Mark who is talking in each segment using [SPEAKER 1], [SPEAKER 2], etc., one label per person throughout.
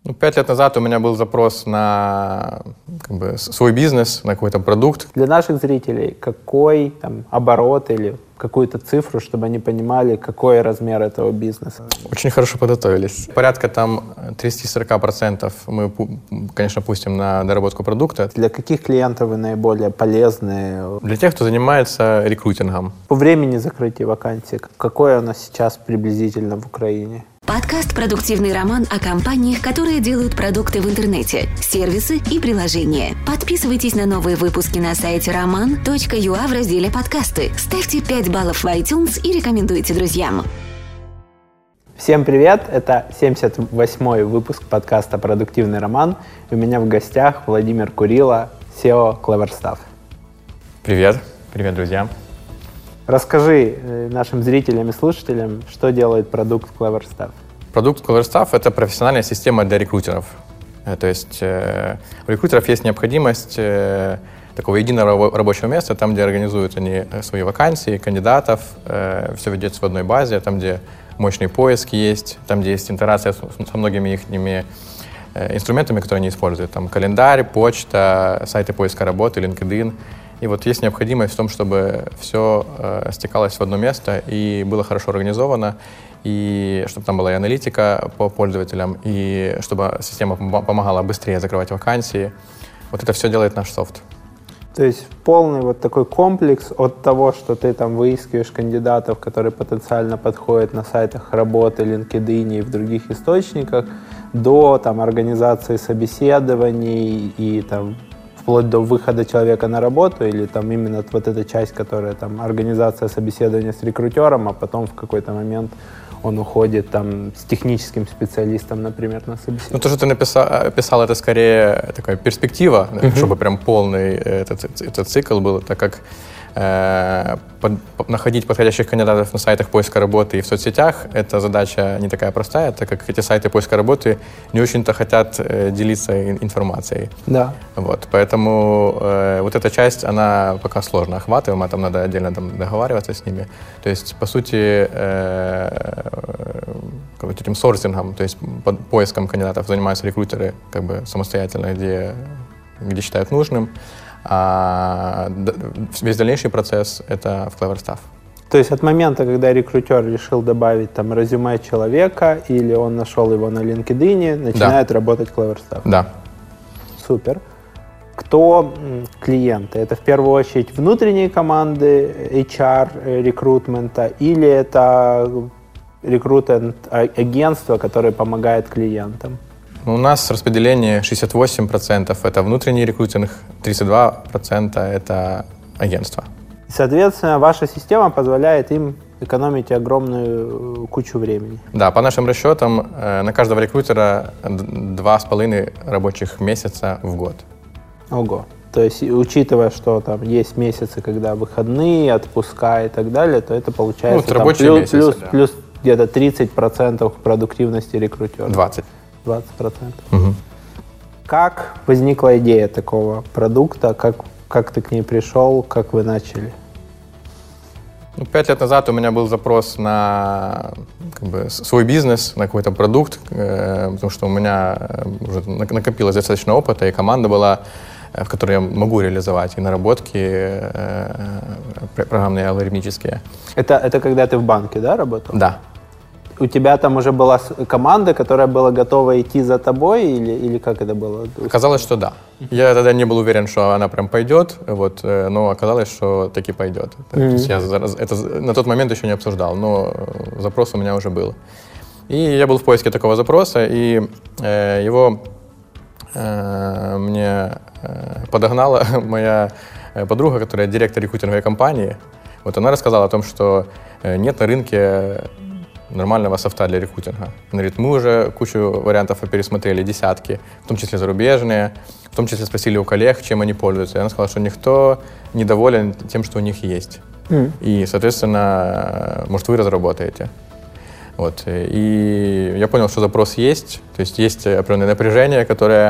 [SPEAKER 1] 5 лет назад у меня был запрос на свой бизнес, на какой-то продукт.
[SPEAKER 2] Для наших зрителей какой оборот или какую-то цифру, чтобы они понимали, какой размер этого бизнеса?
[SPEAKER 1] Очень хорошо подготовились. Порядка 30-40% мы, конечно, пустим на доработку продукта.
[SPEAKER 2] Для каких клиентов вы наиболее полезны?
[SPEAKER 1] Для тех, кто занимается рекрутингом.
[SPEAKER 2] По времени закрытия вакансий, какое у нас сейчас приблизительно в Украине?
[SPEAKER 3] Подкаст «Продуктивный роман» о компаниях, которые делают продукты в интернете, сервисы и приложения. Подписывайтесь на новые выпуски на сайте roman.ua в разделе «Подкасты». Ставьте 5 баллов в iTunes и рекомендуйте друзьям.
[SPEAKER 2] Всем привет! Это 78-й выпуск подкаста «Продуктивный роман». У меня в гостях Владимир Курило, SEO Cleverstaff.
[SPEAKER 1] Привет! Привет, друзья!
[SPEAKER 2] Расскажи нашим зрителям и слушателям, что делает продукт Cleverstaff.
[SPEAKER 1] Продукт Cleverstaff — это профессиональная система для рекрутеров. То есть у рекрутеров есть необходимость такого единого рабочего места, там, где организуют они свои вакансии, кандидатов, все ведется в одной базе, там, где мощные поиски есть, там, где есть интеграция со многими их инструментами, которые они используют. Там календарь, почта, сайты поиска работы, LinkedIn. И вот есть необходимость в том, чтобы все стекалось в одно место и было хорошо организовано, и чтобы там была и аналитика по пользователям, и чтобы система помогала быстрее закрывать вакансии. Вот это все делает наш софт.
[SPEAKER 2] То есть полный вот такой комплекс от того, что ты там выискиваешь кандидатов, которые потенциально подходят на сайтах работы, LinkedIn и в других источниках, до там организации собеседований и там вплоть до выхода человека на работу, или там именно вот эта часть, которая там организация собеседования с рекрутером, а потом в какой-то момент он уходит там с техническим специалистом, например, на собеседование.
[SPEAKER 1] Ну, то, что ты описал, это скорее такая перспектива, чтобы прям полный этот цикл был, так как находить подходящих кандидатов на сайтах поиска работы и в соцсетях — это задача не такая простая, так как эти сайты поиска работы не очень-то хотят делиться информацией.
[SPEAKER 2] Да.
[SPEAKER 1] Вот, поэтому вот эта часть, она пока сложно охватываема, там надо отдельно договариваться с ними. То есть, по сути, этим сорсингом, то есть поиском кандидатов занимаются рекрутеры самостоятельно, где считают нужным. А весь дальнейший процесс — это в Cleverstaff.
[SPEAKER 2] То есть от момента, когда рекрутер решил добавить там резюме человека или он нашел его на LinkedIn, начинает работать Cleverstaff?
[SPEAKER 1] Да.
[SPEAKER 2] Супер. Кто клиенты? Это в первую очередь внутренние команды HR, рекрутмента, или это рекрутмент-агентство, которое помогает клиентам?
[SPEAKER 1] У нас распределение 68% — это внутренний рекрутинг, 32% — это агентство.
[SPEAKER 2] Соответственно, ваша система позволяет им экономить огромную кучу времени.
[SPEAKER 1] Да, по нашим расчетам, на каждого рекрутера 2,5 рабочих месяца в год.
[SPEAKER 2] Ого. То есть, учитывая, что там есть месяцы, когда выходные, отпуска и так далее, то это получается плюс где-то 30% продуктивности рекрутера.
[SPEAKER 1] 20%.
[SPEAKER 2] Угу. Как возникла идея такого продукта? Как ты к ней пришел? Как вы начали?
[SPEAKER 1] 5 лет назад у меня был запрос на свой бизнес, на какой-то продукт, потому что у меня уже накопилось достаточно опыта, и команда была, в которой я могу реализовать и наработки программные, алгоритмические.
[SPEAKER 2] Это когда ты в банке, да, работал?
[SPEAKER 1] Да.
[SPEAKER 2] У тебя там уже была команда, которая была готова идти за тобой, или как это было?
[SPEAKER 1] Оказалось, что да. Я тогда не был уверен, что она прям пойдет, но оказалось, что таки пойдет. То есть я это на тот момент еще не обсуждал, но запрос у меня уже был. И я был в поиске такого запроса, и его мне подогнала моя подруга, которая директор рекрутинговой компании. Вот она рассказала о том, что нет на рынке нормального софта для рекрутинга. Она говорит, мы уже кучу вариантов пересмотрели, десятки, в том числе зарубежные, в том числе спросили у коллег, чем они пользуются. И она сказала, что никто не доволен тем, что у них есть. И, соответственно, может, вы разработаете. Вот. И я понял, что запрос есть, то есть есть определенное напряжение, которое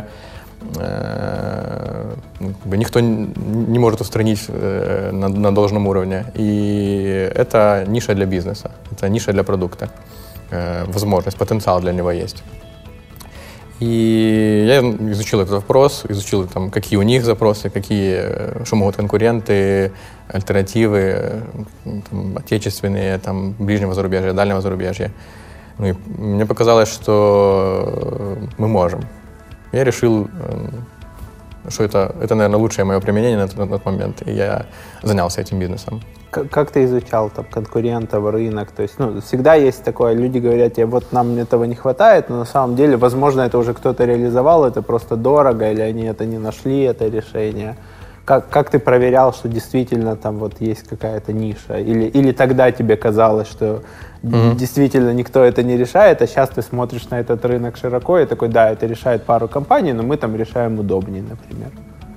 [SPEAKER 1] никто не может устранить на должном уровне. И это ниша для бизнеса, это ниша для продукта. Возможность, потенциал для него есть. И я изучил этот вопрос, изучил, там, какие у них запросы, что могут конкуренты, альтернативы, там, отечественные, там, ближнего зарубежья, дальнего зарубежья. Ну, и мне показалось, что мы можем. Я решил, что это, наверное, лучшее мое применение на тот момент, и я занялся этим бизнесом.
[SPEAKER 2] Как ты изучал там конкурентов, рынок? То есть, всегда есть такое, люди говорят, вот нам этого не хватает, но на самом деле, возможно, это уже кто-то реализовал, это просто дорого, или они это не нашли, это решение. Как ты проверял, что действительно там вот есть какая-то ниша? Или тогда тебе казалось, что действительно никто это не решает, а сейчас ты смотришь на этот рынок широко и такой, да, это решает пару компаний, но мы там решаем удобнее, например.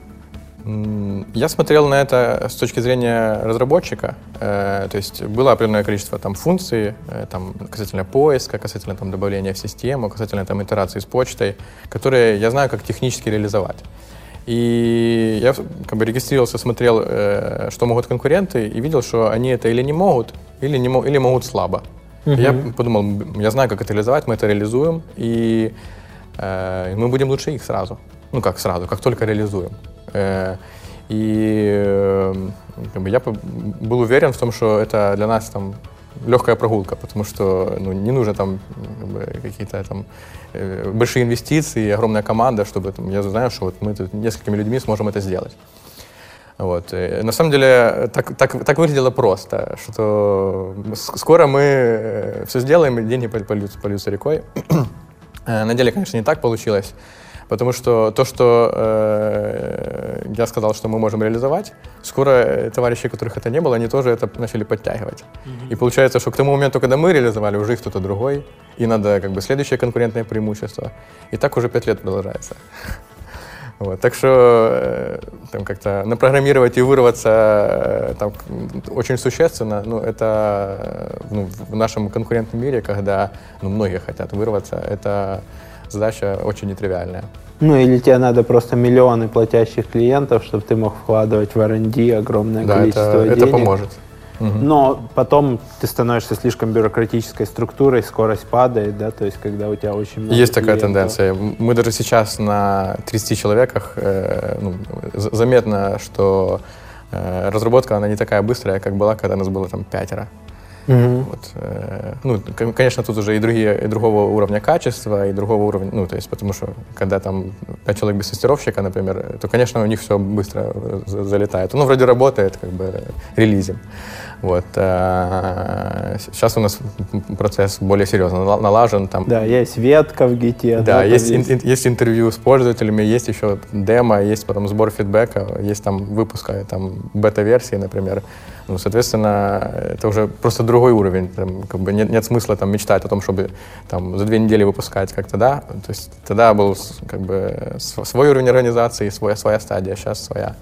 [SPEAKER 1] Я смотрел на это с точки зрения разработчика. То есть было определенное количество там, функций там, касательно поиска, касательно там, добавления в систему, касательно там, итерации с почтой, которые я знаю, как технически реализовать. И я как бы регистрировался, смотрел, что могут конкуренты, и видел, что они это или не могут, или могут слабо. Я подумал, я знаю, как это реализовать, мы это реализуем, и мы будем лучше их сразу. Ну как сразу, как только реализуем. И как бы, я был уверен в том, что это для нас там легкая прогулка, потому что не нужно там как бы, какие-то там большие инвестиции, огромная команда, чтобы там, я знаю, что вот мы тут несколькими людьми сможем это сделать. Вот. И, на самом деле так выглядело просто, что скоро мы все сделаем, и деньги польются рекой. На деле, конечно, не так получилось. Потому что то, что я сказал, что мы можем реализовать, скоро товарищи, у которых это не было, они тоже это начали подтягивать. И получается, что к тому моменту, когда мы реализовали, уже их кто-то другой, и надо как бы следующее конкурентное преимущество. И так уже 5 лет продолжается. Вот. Так что там как-то напрограммировать и вырваться там, очень существенно, это в нашем конкурентном мире, когда многие хотят вырваться, это задача очень нетривиальная.
[SPEAKER 2] Или тебе надо просто миллионы платящих клиентов, чтобы ты мог вкладывать в R&D огромное количество денег.
[SPEAKER 1] Это поможет.
[SPEAKER 2] Но потом ты становишься слишком бюрократической структурой, скорость падает, да, то есть когда у тебя очень много
[SPEAKER 1] Есть такая
[SPEAKER 2] клиентов.
[SPEAKER 1] тенденция. Мы даже сейчас на 30 человеках заметно, что разработка, она не такая быстрая, как была, когда нас было там 5. Вот. Конечно, тут уже и другого уровня качества, и другого уровня, то есть, потому что, когда там 5 человек без тестировщика, например, то, конечно, у них все быстро залетает. Вроде работает, как бы, релизим. Вот. Сейчас у нас процесс более серьезно налажен. Там,
[SPEAKER 2] да, есть ветка в гите.
[SPEAKER 1] Да, есть интервью с пользователями, есть еще демо, есть потом сбор фидбэка, есть там выпуска там, бета-версии, например. Соответственно, это уже просто другой уровень. Там, как бы нет смысла там, мечтать о том, чтобы там, за 2 недели выпускать как-то, да. То есть тогда был как бы, свой уровень организации, своя стадия, сейчас своя.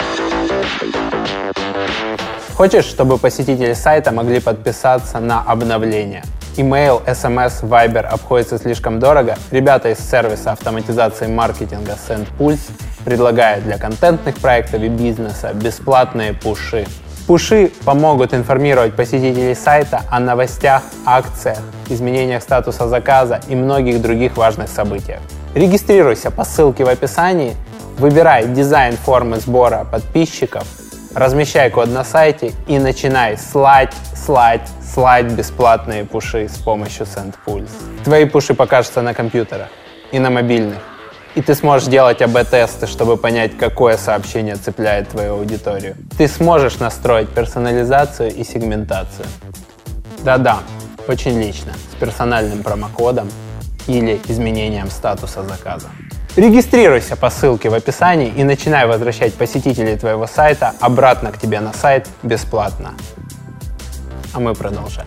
[SPEAKER 2] Хочешь, чтобы посетители сайта могли подписаться на обновления? Email, SMS, Viber обходится слишком дорого? Ребята из сервиса автоматизации маркетинга SendPulse предлагают для контентных проектов и бизнеса бесплатные пуши. Пуши помогут информировать посетителей сайта о новостях, акциях, изменениях статуса заказа и многих других важных событиях. Регистрируйся по ссылке в описании, выбирай дизайн формы сбора подписчиков, размещай код на сайте и начинай слать бесплатные пуши с помощью SendPulse. Твои пуши покажутся на компьютерах и на мобильных. И ты сможешь делать АБ-тесты, чтобы понять, какое сообщение цепляет твою аудиторию. Ты сможешь настроить персонализацию и сегментацию. Да-да, очень лично, с персональным промокодом или изменением статуса заказа. Регистрируйся по ссылке в описании и начинай возвращать посетителей твоего сайта обратно к тебе на сайт бесплатно. А мы продолжаем.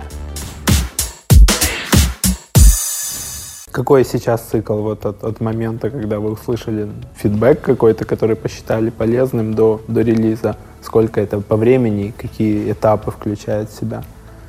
[SPEAKER 2] Какой сейчас цикл вот от момента, когда вы услышали фидбэк какой-то, который посчитали полезным, до релиза? Сколько это по времени, какие этапы включает в себя?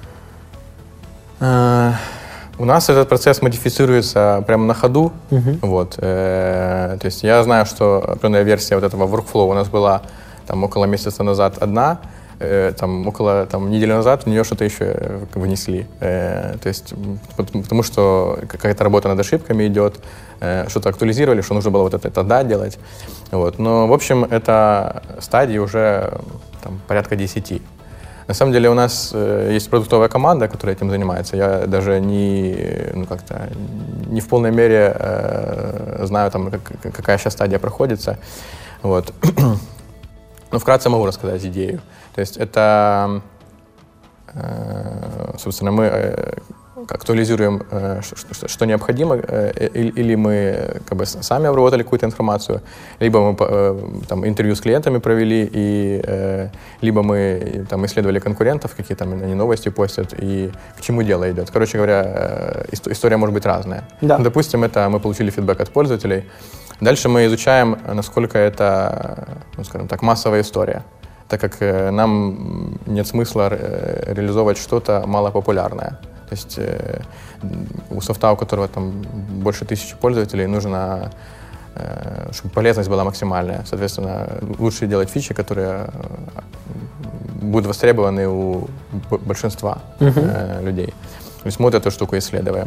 [SPEAKER 1] У нас этот процесс модифицируется прямо на ходу. Вот. То есть я знаю, что определенная версия вот этого workflow у нас была там, около месяца назад одна. там, около недели назад в нее что-то еще внесли. То есть, потому что какая-то работа над ошибками идет, что-то актуализировали, что нужно было вот это тогда делать. Вот. Но, в общем, это стадии уже там, порядка 10. На самом деле у нас есть продуктовая команда, которая этим занимается. Я даже не в полной мере знаю, там, какая сейчас стадия проходится. Вот. Но вкратце могу рассказать идею. То есть это, собственно, мы актуализируем, что необходимо, или мы как бы сами обработали какую-то информацию, либо мы там, интервью с клиентами провели, либо мы там, исследовали конкурентов, какие там они новости постят, и к чему дело идет. Короче говоря, история может быть разная. Да. Допустим, это мы получили фидбэк от пользователей. Дальше мы изучаем, насколько это, ну, скажем так, массовая история, так как нам нет смысла реализовывать что-то малопопулярное. То есть у софта, у которого там больше 1000 пользователей, нужно, чтобы полезность была максимальная. Соответственно, лучше делать фичи, которые будут востребованы у большинства людей. То есть мы вот эту штуку исследуем.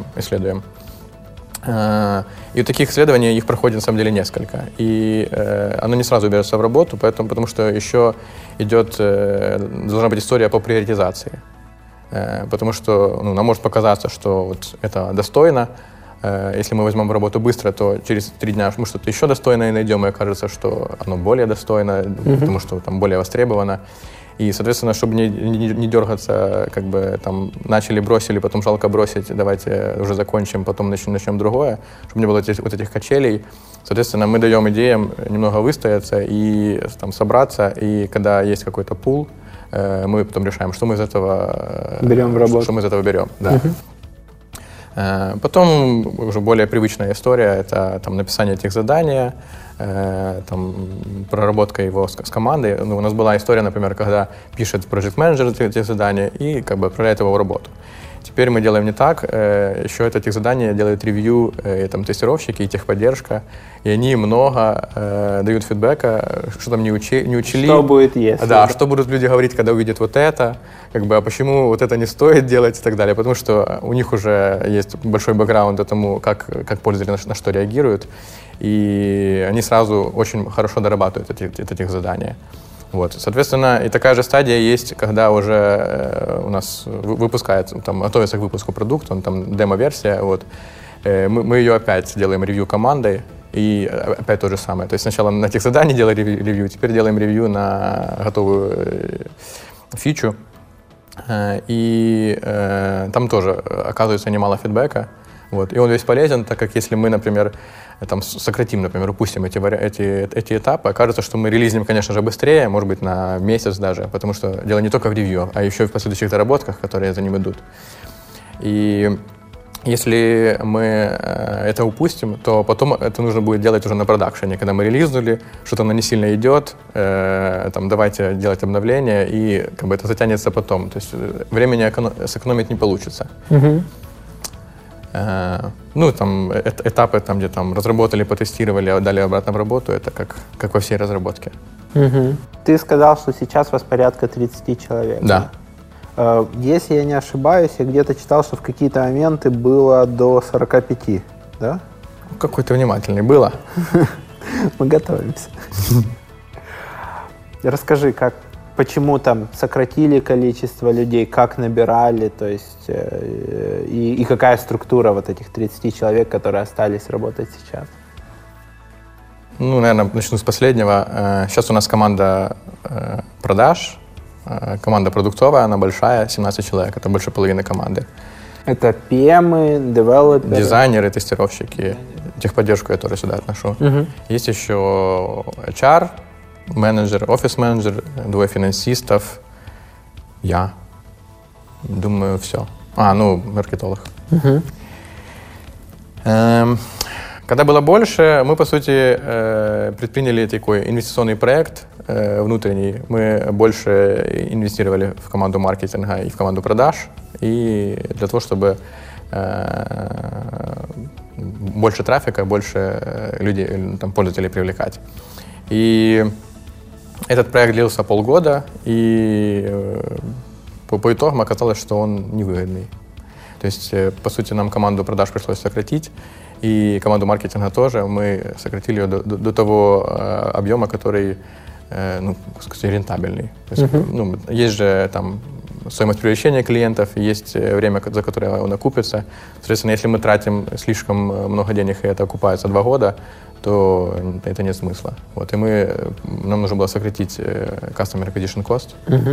[SPEAKER 1] И у таких исследований их проходит на самом деле несколько. И оно не сразу берется в работу, потому что еще должна быть история по приоритизации. Потому что нам может показаться, что вот это достойно. Если мы возьмем в работу быстро, то через 3 дня мы что-то еще достойное найдем, и окажется, что оно более достойно, потому что там более востребовано. И, соответственно, чтобы не дергаться, как бы там начали, бросили, потом жалко бросить, давайте уже закончим, потом начнем другое, чтобы не было вот этих качелей. Соответственно, мы даем идеям немного выстояться и там собраться, и когда есть какой-то пул, мы потом решаем, что мы из этого берем в работу. Что мы из этого берем, да. Потом уже более привычная история — это там, написание этих заданий, там, проработка его с командой. У нас была история, например, когда пишет проект-менеджер этих заданий и как бы отправляет его в работу. Теперь мы делаем не так. Еще от этих заданий делают ревью там, тестировщики и техподдержка. И они много дают фидбэка, что там не учили.
[SPEAKER 2] Что будет, если.
[SPEAKER 1] Да, что будут люди говорить, когда увидят вот это, как бы, а почему вот это не стоит делать и так далее. Потому что у них уже есть большой бэкграунд тому, как пользователи на что реагируют. И они сразу очень хорошо дорабатывают этих заданий. Вот. Соответственно, и такая же стадия есть, когда уже у нас выпускается, там, готовится к выпуску продукт, он там демо-версия, вот. Мы ее опять делаем ревью командой, и опять то же самое. То есть сначала на этих заданий делали ревью, теперь делаем ревью на готовую фичу, и там тоже оказывается немало фидбэка. Вот. И он весь полезен, так как если мы, например, там, сократим, например, упустим эти этапы, окажется, что мы релизнем, конечно же, быстрее, может быть, на месяц даже, потому что дело не только в ревью, а еще и в последующих доработках, которые за ним идут. И если мы это упустим, то потом это нужно будет делать уже на продакшене, когда мы релизнули, что-то оно не сильно идет, там, давайте делать обновления, и как бы это затянется потом. То есть времени сэкономить не получится. Ну, там, этапы, там, где там разработали, потестировали, дали обратно в работу, это как во всей разработке.
[SPEAKER 2] Ты сказал, что сейчас у вас порядка 30 человек.
[SPEAKER 1] Да.
[SPEAKER 2] Если я не ошибаюсь, я где-то читал, что в какие-то моменты было до 45, да?
[SPEAKER 1] Какой ты внимательный. Было.
[SPEAKER 2] Мы готовимся. Расскажи, почему там сократили количество людей, как набирали, то есть и какая структура вот этих 30 человек, которые остались работать сейчас?
[SPEAKER 1] Ну, наверное, начну с последнего. Сейчас у нас команда продаж, команда продуктовая, она большая, 17 человек, это больше половины команды.
[SPEAKER 2] Это PM-ы, девелоперы?
[SPEAKER 1] Дизайнеры, тестировщики, техподдержку я тоже сюда отношу. Есть еще HR, менеджер, офис-менеджер, 2 финансистов, я. Думаю, все. Маркетолог. Когда было больше, мы, по сути, предприняли такой инвестиционный проект внутренний. Мы больше инвестировали в команду маркетинга и в команду продаж, и для того, чтобы больше трафика, больше людей, там, пользователей привлекать. И Этот проект длился полгода, и по итогам оказалось, что он невыгодный. То есть, по сути, нам команду продаж пришлось сократить, и команду маркетинга тоже. Мы сократили ее до того объема, который, ну, сказать, рентабельный. То есть, ну, есть же там стоимость привлечения клиентов, есть время, за которое он окупится. Соответственно, если мы тратим слишком много денег, и это окупается 2 года, то это нет смысла. Вот, и нам нужно было сократить Customer Acquisition Cost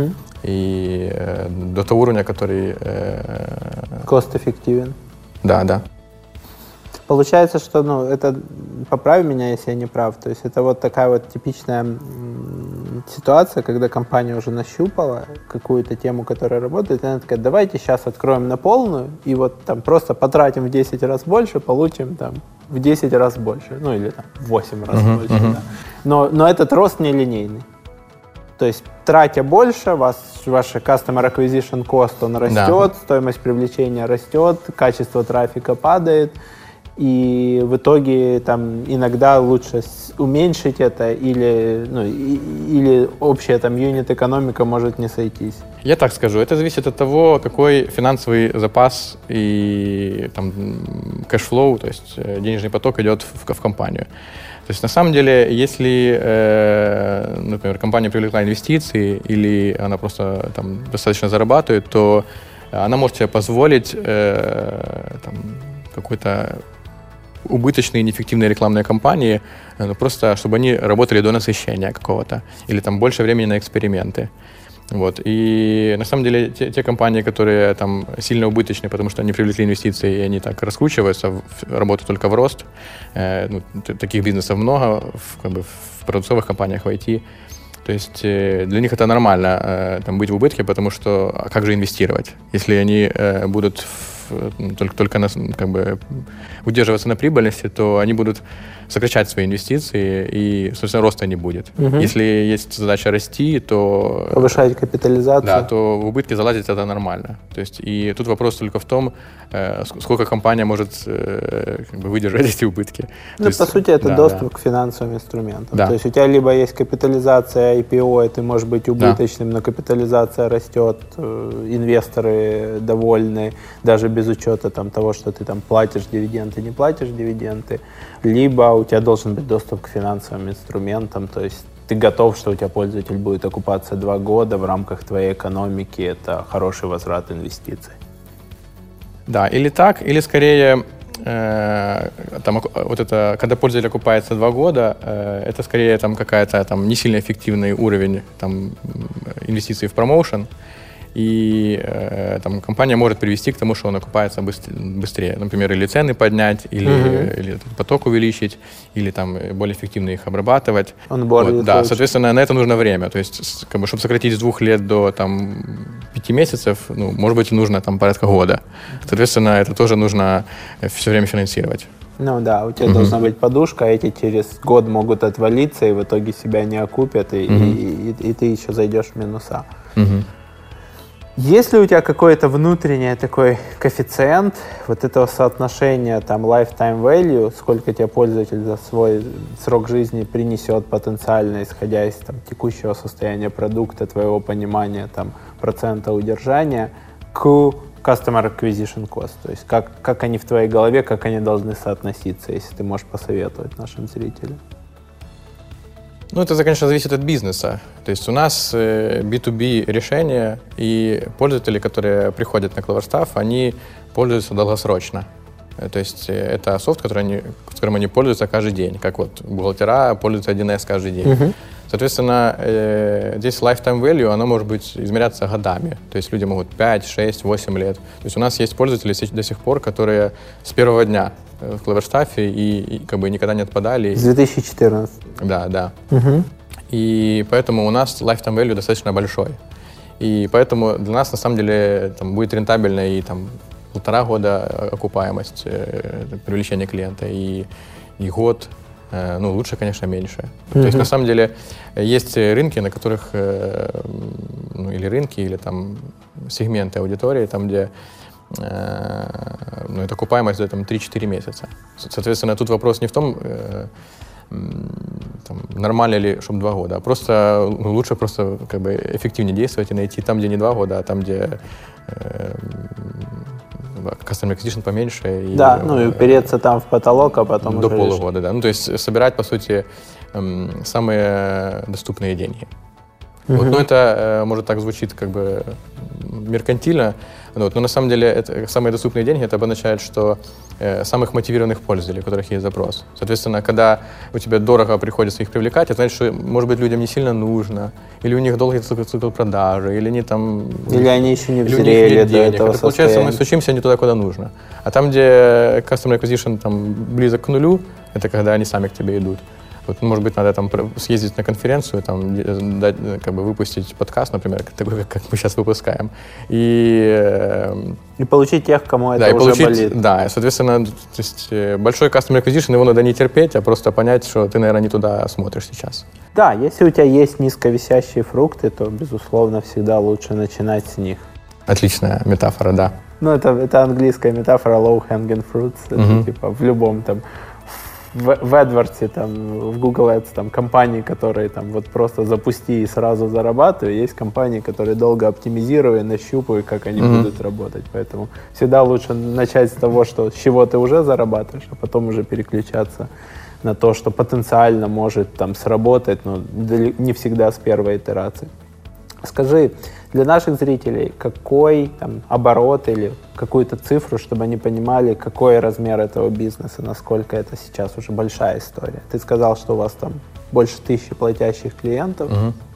[SPEAKER 1] и до того уровня, который...
[SPEAKER 2] Кост-эффективен.
[SPEAKER 1] Да.
[SPEAKER 2] Получается, что, ну, это, поправь меня, если я не прав, то есть это вот такая вот типичная ситуация, когда компания уже нащупала какую-то тему, которая работает, и она такая, давайте сейчас откроем на полную, и вот там просто потратим в 10 раз больше, получим там в 10 раз больше, ну или там в 8 раз больше, да. Но этот рост не линейный. То есть, тратя больше, ваш Customer Acquisition Cost, он растет, стоимость привлечения растет, качество трафика падает, и в итоге там иногда лучше уменьшить это или общая там юнит-экономика может не сойтись.
[SPEAKER 1] Я так скажу, это зависит от того, какой финансовый запас и там кэшфлоу, то есть денежный поток идет в компанию. То есть на самом деле, если, например, компания привлекла инвестиции или она просто там достаточно зарабатывает, то она может себе позволить там, какой-то убыточные, неэффективные рекламные кампании, просто чтобы они работали до насыщения какого-то, или там больше времени на эксперименты. Вот. И на самом деле те компании, которые там сильно убыточные, потому что они привлекли инвестиции, и они так раскручиваются, работают только в рост, таких бизнесов много, в продуктовых компаниях, в IT. То есть для них это нормально там, быть в убытке, потому что как же инвестировать, если они будут только как бы удерживаться на прибыльности, то они будут сокращать свои инвестиции, и, собственно, роста не будет. Если есть задача расти, то...
[SPEAKER 2] Повышать капитализацию.
[SPEAKER 1] Да, то в убытки залазить это нормально. То есть, и тут вопрос только в том, сколько компания может как бы выдержать эти убытки.
[SPEAKER 2] Ну, по сути, это доступ к финансовым инструментам. Да. То есть у тебя либо есть капитализация IPO, и ты можешь быть убыточным, но капитализация растет, инвесторы довольны, даже без учета там, того, что ты там платишь дивиденды, не платишь дивиденды, либо у тебя должен быть доступ к финансовым инструментам, то есть ты готов, что у тебя пользователь будет окупаться 2 года в рамках твоей экономики, это хороший возврат инвестиций. Да,
[SPEAKER 1] или так, или скорее, там, вот это, когда пользователь окупается 2 года, это скорее там какая-то там не сильно эффективный уровень там, инвестиций в промоушен, и там, компания может привести к тому, что он окупается быстрее. Например, или цены поднять, или поток увеличить, или там, более эффективно их обрабатывать. Вот, да, соответственно, на это нужно время. То есть, как бы, чтобы сократить с 2 лет до там, 5 месяцев, ну, может быть, нужно там, порядка года. Соответственно, это тоже нужно все время финансировать.
[SPEAKER 2] Ну да, у тебя должна быть подушка, а эти через год могут отвалиться, и в итоге себя не окупят, и ты еще зайдешь в минуса. Есть ли у тебя какой-то внутренний такой коэффициент вот этого соотношения там lifetime value, сколько тебе пользователь за свой срок жизни принесет потенциально, исходя из там, текущего состояния продукта, твоего понимания там, процента удержания, к Customer Acquisition Cost? То есть как они в твоей голове, как они должны соотноситься, если ты можешь посоветовать нашим зрителям?
[SPEAKER 1] Ну, это, конечно, зависит от бизнеса. То есть у нас B2B решения, и пользователи, которые приходят на CleverStaff, они пользуются долгосрочно. То есть это софт, которым они пользуются каждый день, как вот бухгалтера пользуются 1С каждый день. Соответственно, здесь lifetime value, оно может быть измеряться годами. То есть люди могут 5, 6, 8 лет. То есть у нас есть пользователи до сих пор, которые с первого дня в CleverStaff и как бы никогда не отпадали.
[SPEAKER 2] С 2014.
[SPEAKER 1] Да. И поэтому у нас lifetime value достаточно большой. И поэтому для нас на самом деле там, будет рентабельно и там 1,5 года окупаемость привлечения клиента, и год. Ну, лучше, конечно, меньше. То есть, на самом деле, есть рынки, на которых, ну, или рынки, или там сегменты аудитории, там, где ну, это окупаемость там, 3-4 месяца. Соответственно, тут вопрос не в том, там, нормально ли, чтобы 2 года. Просто лучше просто как бы эффективнее действовать и найти там, где не 2 года, а там, где customer acquisition поменьше.
[SPEAKER 2] Да, и упереться там в потолок, а потом
[SPEAKER 1] до
[SPEAKER 2] уже
[SPEAKER 1] полугода, да. Ну, то есть собирать, по сути, самые доступные деньги. Вот, ну, это, может, так звучит как бы меркантильно, вот, но на самом деле это, самые доступные деньги, это обозначает, что самых мотивированных пользователей, у которых есть запрос. Соответственно, когда у тебя дорого приходится их привлекать, это значит, что, может быть, людям не сильно нужно, или у них долгий цикл продажи, или они там...
[SPEAKER 2] Или они еще не взрели до этого
[SPEAKER 1] это, получается, мы стучимся не туда, куда нужно. А там, где customer acquisition там, близок к нулю, это когда они сами к тебе идут. Вот, может быть, надо там съездить на конференцию, там, дать, как бы выпустить подкаст, например, такой, как мы сейчас выпускаем, и
[SPEAKER 2] получить тех, кому это уже
[SPEAKER 1] получить,
[SPEAKER 2] болит.
[SPEAKER 1] Да, и, соответственно, то есть большой customer acquisition, его надо не терпеть, а просто понять, что ты, наверное, не туда смотришь сейчас.
[SPEAKER 2] Да, если у тебя есть низковисящие фрукты, то, безусловно, всегда лучше начинать с них.
[SPEAKER 1] Отличная метафора, да.
[SPEAKER 2] Ну, это английская метафора low hanging fruits, это типа в любом там в AdWords, там, в Google Ads, там, компании, которые там вот просто запусти и сразу зарабатывают, есть компании, которые долго оптимизируя, нащупывают, как они будут работать. Поэтому всегда лучше начать с того, что, с чего ты уже зарабатываешь, а потом уже переключаться на то, что потенциально может там сработать, но не всегда с первой итерации. Скажи, для наших зрителей, какой там, оборот или какую-то цифру, чтобы они понимали, какой размер этого бизнеса, насколько это сейчас уже большая история. Ты сказал, что у вас там больше 1000 платящих клиентов.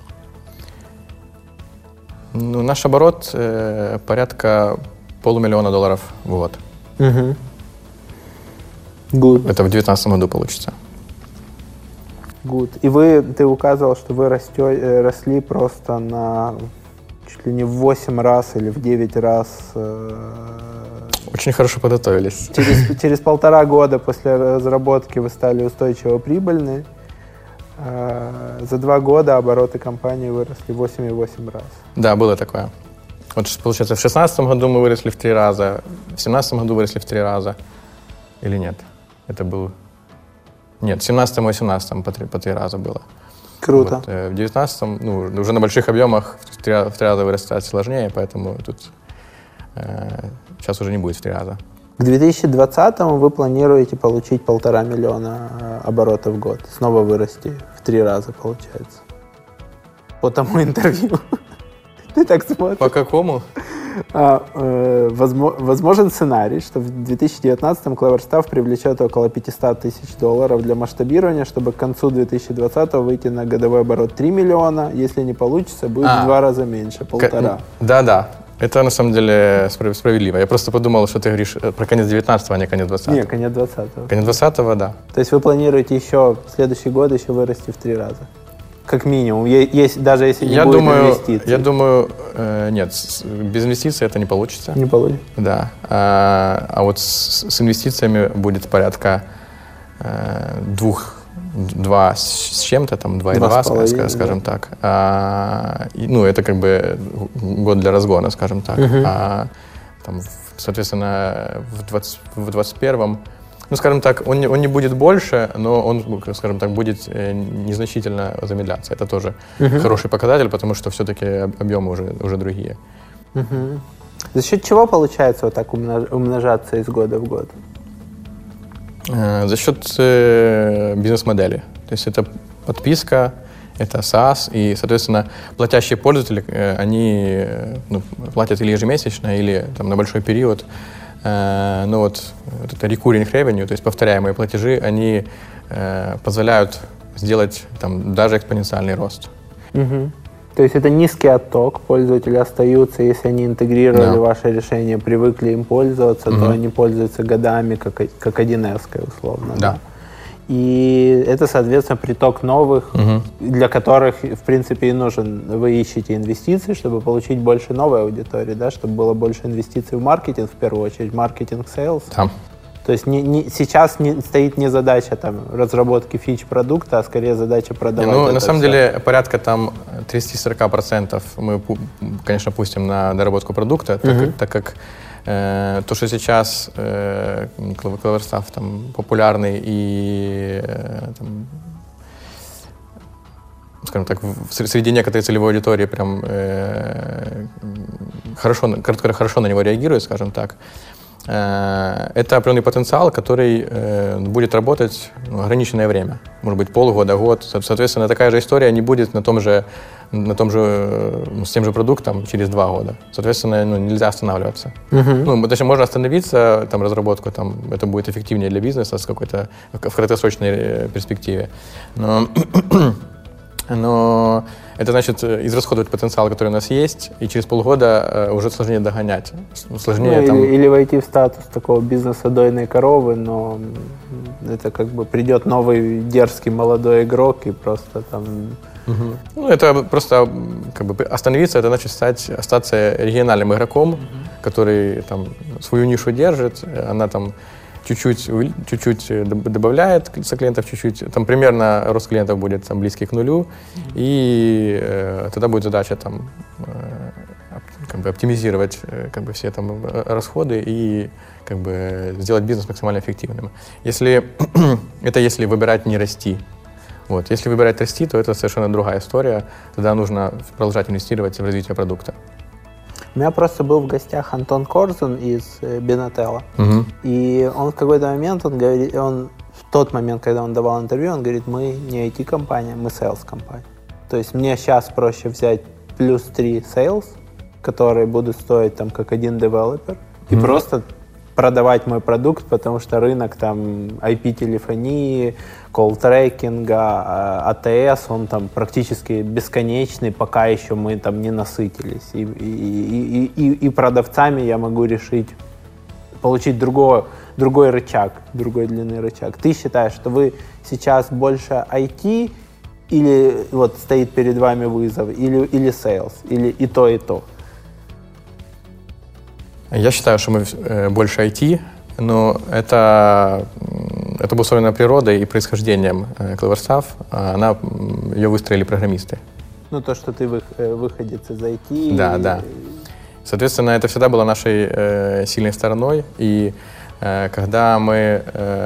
[SPEAKER 1] Ну, наш оборот порядка $500 000 в год.
[SPEAKER 2] Good.
[SPEAKER 1] Это в 2019 году получится.
[SPEAKER 2] Good. И ты указывал, что вы росли просто на чуть ли не в 8 раз или в 9 раз.
[SPEAKER 1] Очень хорошо подготовились.
[SPEAKER 2] Через 1,5 года после разработки вы стали устойчиво прибыльны. За 2 года обороты компании выросли 8,8 раз.
[SPEAKER 1] Да, было такое. Вот, получается, в 2016 году мы выросли в 3 раза, в 2017 году выросли в 3 раза. Или нет? Это был... Нет, в 17-м и 18-м по 3 раза было.
[SPEAKER 2] Круто.
[SPEAKER 1] Вот, в 19-м, ну, уже на больших объемах в 3 раза вырастать сложнее, поэтому тут сейчас уже не будет в 3 раза.
[SPEAKER 2] К 2020-му вы планируете получить 1,5 миллиона оборотов в год. Снова вырасти в 3 раза, получается. По тому интервью. Ты так смотришь.
[SPEAKER 1] По какому?
[SPEAKER 2] Возможен сценарий, что в 2019-м CleverStaff привлечет около $500 000 для масштабирования, чтобы к концу 2020-го выйти на годовой оборот 3 миллиона. Если не получится, будет в 2 раза меньше, 1,5.
[SPEAKER 1] Да. Это на самом деле справедливо. Я просто подумал, что ты говоришь про конец 19-го, а не конец 20-го.
[SPEAKER 2] Нет, конец 20-го.
[SPEAKER 1] Конец 20-го, да.
[SPEAKER 2] То есть вы планируете еще в следующий год еще вырасти в 3 раза? Как минимум, даже если не будет инвестиций.
[SPEAKER 1] Я думаю, нет, без инвестиций это не получится.
[SPEAKER 2] Не получится?
[SPEAKER 1] Да. А вот с инвестициями будет порядка 2 с чем-то, там 2,2, скажем так. Ну, это как бы год для разгона, скажем так. Там, соответственно, в 21-м, ну, скажем так, он не будет больше, но он, скажем так, будет незначительно замедляться. Это тоже хороший показатель, потому что все-таки объемы уже другие.
[SPEAKER 2] За счет чего получается вот так умножаться из года в год?
[SPEAKER 1] За счет бизнес-модели. То есть это подписка, это SaaS, и, соответственно, платящие пользователи, они платят или ежемесячно, или там, на большой период. Но вот это recurring revenue, то есть повторяемые платежи, они позволяют сделать там, даже экспоненциальный рост.
[SPEAKER 2] То есть это низкий отток, пользователи остаются, если они интегрировали ваше решение, привыкли им пользоваться, то они пользуются годами, как 1С, условно.
[SPEAKER 1] Да.
[SPEAKER 2] И это, соответственно, приток новых, для которых, в принципе, и нужен. Вы ищете инвестиции, чтобы получить больше новой аудитории, да, чтобы было больше инвестиций в маркетинг, в первую очередь, маркетинг, сейлс.
[SPEAKER 1] Да.
[SPEAKER 2] То есть сейчас стоит не задача там, разработки фич продукта, а скорее задача продавать.
[SPEAKER 1] На самом деле порядка там 30-40% мы, конечно, пустим на доработку продукта, так как то, что сейчас CleverStaff там популярный и там, скажем так, среди некоторой целевой аудитории прям которая хорошо на него реагирует, скажем так, это определенный потенциал, который будет работать ограниченное время, может быть, полгода, год. Соответственно, такая же история не будет с тем же продуктом через 2 года. Соответственно, нельзя останавливаться. Точнее, можно остановиться, там, разработку, там, это будет эффективнее для бизнеса в краткосрочной перспективе. Но это значит израсходовать потенциал, который у нас есть, и через полгода уже сложнее догонять.
[SPEAKER 2] Или войти в статус такого бизнеса дойной коровы, но это как бы придет новый дерзкий молодой игрок и просто там...
[SPEAKER 1] Это просто как бы остановиться, это значит остаться региональным игроком, который там свою нишу держит, она там чуть-чуть добавляет клиентов, чуть-чуть, там примерно рост клиентов будет там близкий к нулю, и тогда будет задача там как бы оптимизировать как бы все там расходы и как бы сделать бизнес максимально эффективным. Если выбирать не расти. Вот. Если выбирать расти, то это совершенно другая история, тогда нужно продолжать инвестировать в развитие продукта.
[SPEAKER 2] У меня просто был в гостях Антон Корзун из Бинателла. И он в какой-то момент, в тот момент, когда он давал интервью, он говорит, мы не IT-компания, мы sales-компания. То есть мне сейчас проще взять плюс 3 sales, которые будут стоить там как один девелопер, и просто продавать мой продукт, потому что рынок там IP-телефонии, колл-трекинга, ATS, он там практически бесконечный, пока еще мы там не насытились. И продавцами я могу получить другой рычаг, другой длинный рычаг. Ты считаешь, что вы сейчас больше IT, или вот стоит перед вами вызов, или sales, или и то, и то?
[SPEAKER 1] Я считаю, что мы больше IT, но это обусловлено природой и происхождением CleverStaff. Ее выстроили программисты.
[SPEAKER 2] То, что ты выходец из IT.
[SPEAKER 1] Да. Соответственно, это всегда было нашей сильной стороной. И когда мы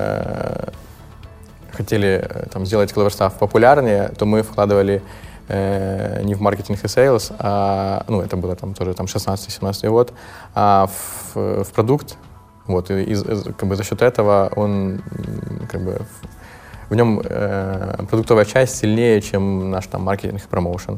[SPEAKER 1] хотели там, сделать CleverStaff популярнее, то мы вкладывали не в маркетинг и сейлс, это было там тоже 16-17 год, а в продукт. Вот, и как бы за счет этого он как бы в нем продуктовая часть сильнее, чем наш там маркетинг и промоушен.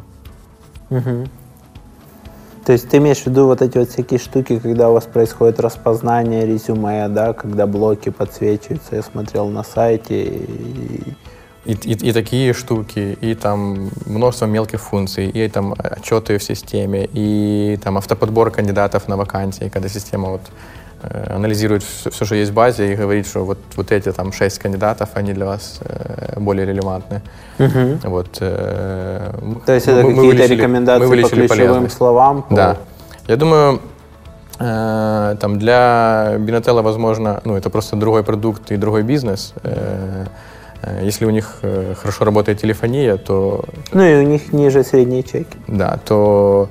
[SPEAKER 2] То есть ты имеешь в виду вот эти вот всякие штуки, когда у вас происходит распознание резюме, да, когда блоки подсвечиваются, я смотрел на сайте.
[SPEAKER 1] И такие штуки, и там множество мелких функций, и там отчеты в системе, и там автоподбор кандидатов на вакансии, когда система вот анализирует все, что есть в базе, и говорит, что вот эти там 6 кандидатов, они для вас более релевантны. Вот,
[SPEAKER 2] то есть это какие-то рекомендации по ключевым словам?
[SPEAKER 1] Да. Я думаю, там для Бинателла, возможно, это просто другой продукт и другой бизнес. Если у них хорошо работает телефония, то...
[SPEAKER 2] и у них ниже средние чеки.
[SPEAKER 1] Да, то...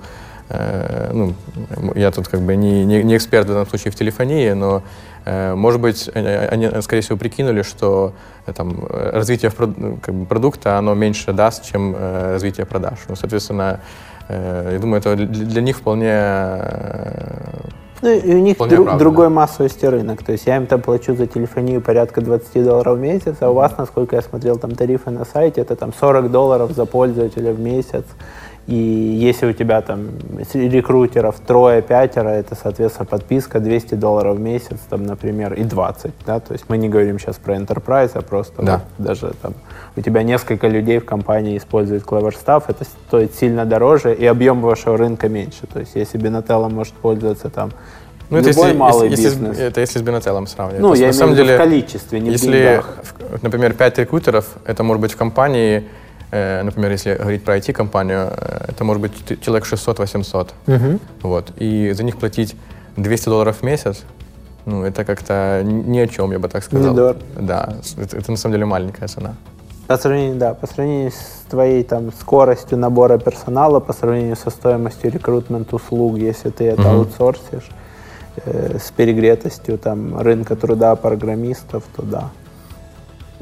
[SPEAKER 1] я тут как бы не эксперт в этом случае в телефонии, но, может быть, они, скорее всего, прикинули, что там, развитие продукта, оно меньше даст, чем развитие продаж. Соответственно, я думаю, это для них вполне...
[SPEAKER 2] и у них другой массовости рынок. То есть я им там плачу за телефонию порядка $20 в месяц, а у вас, насколько я смотрел, там тарифы на сайте, это там $40 за пользователя в месяц. И если у тебя там рекрутеров 3-5, это, соответственно, подписка $200 в месяц, там, например, и 20. Да? То есть мы не говорим сейчас про enterprise, а просто
[SPEAKER 1] да.
[SPEAKER 2] Вот даже там у тебя несколько людей в компании используют CleverStaff, это стоит сильно дороже, и объем вашего рынка меньше. То есть если Binatel может пользоваться там любой малый бизнес.
[SPEAKER 1] Это если с Binatel сравнивать.
[SPEAKER 2] Я имею в виду в количестве, не в деньгах.
[SPEAKER 1] Например, 5 рекрутеров, это может быть в компании, например, если говорить про IT-компанию, это может быть человек 600-800. Вот. И за них платить $200 в месяц, это как-то ни о чем, я бы так сказал.
[SPEAKER 2] Недорого.
[SPEAKER 1] Да, это на самом деле маленькая цена.
[SPEAKER 2] По сравнению с твоей там скоростью набора персонала, по сравнению со стоимостью рекрутмент-услуг, если ты это аутсорсишь, с перегретостью там рынка труда программистов, то да.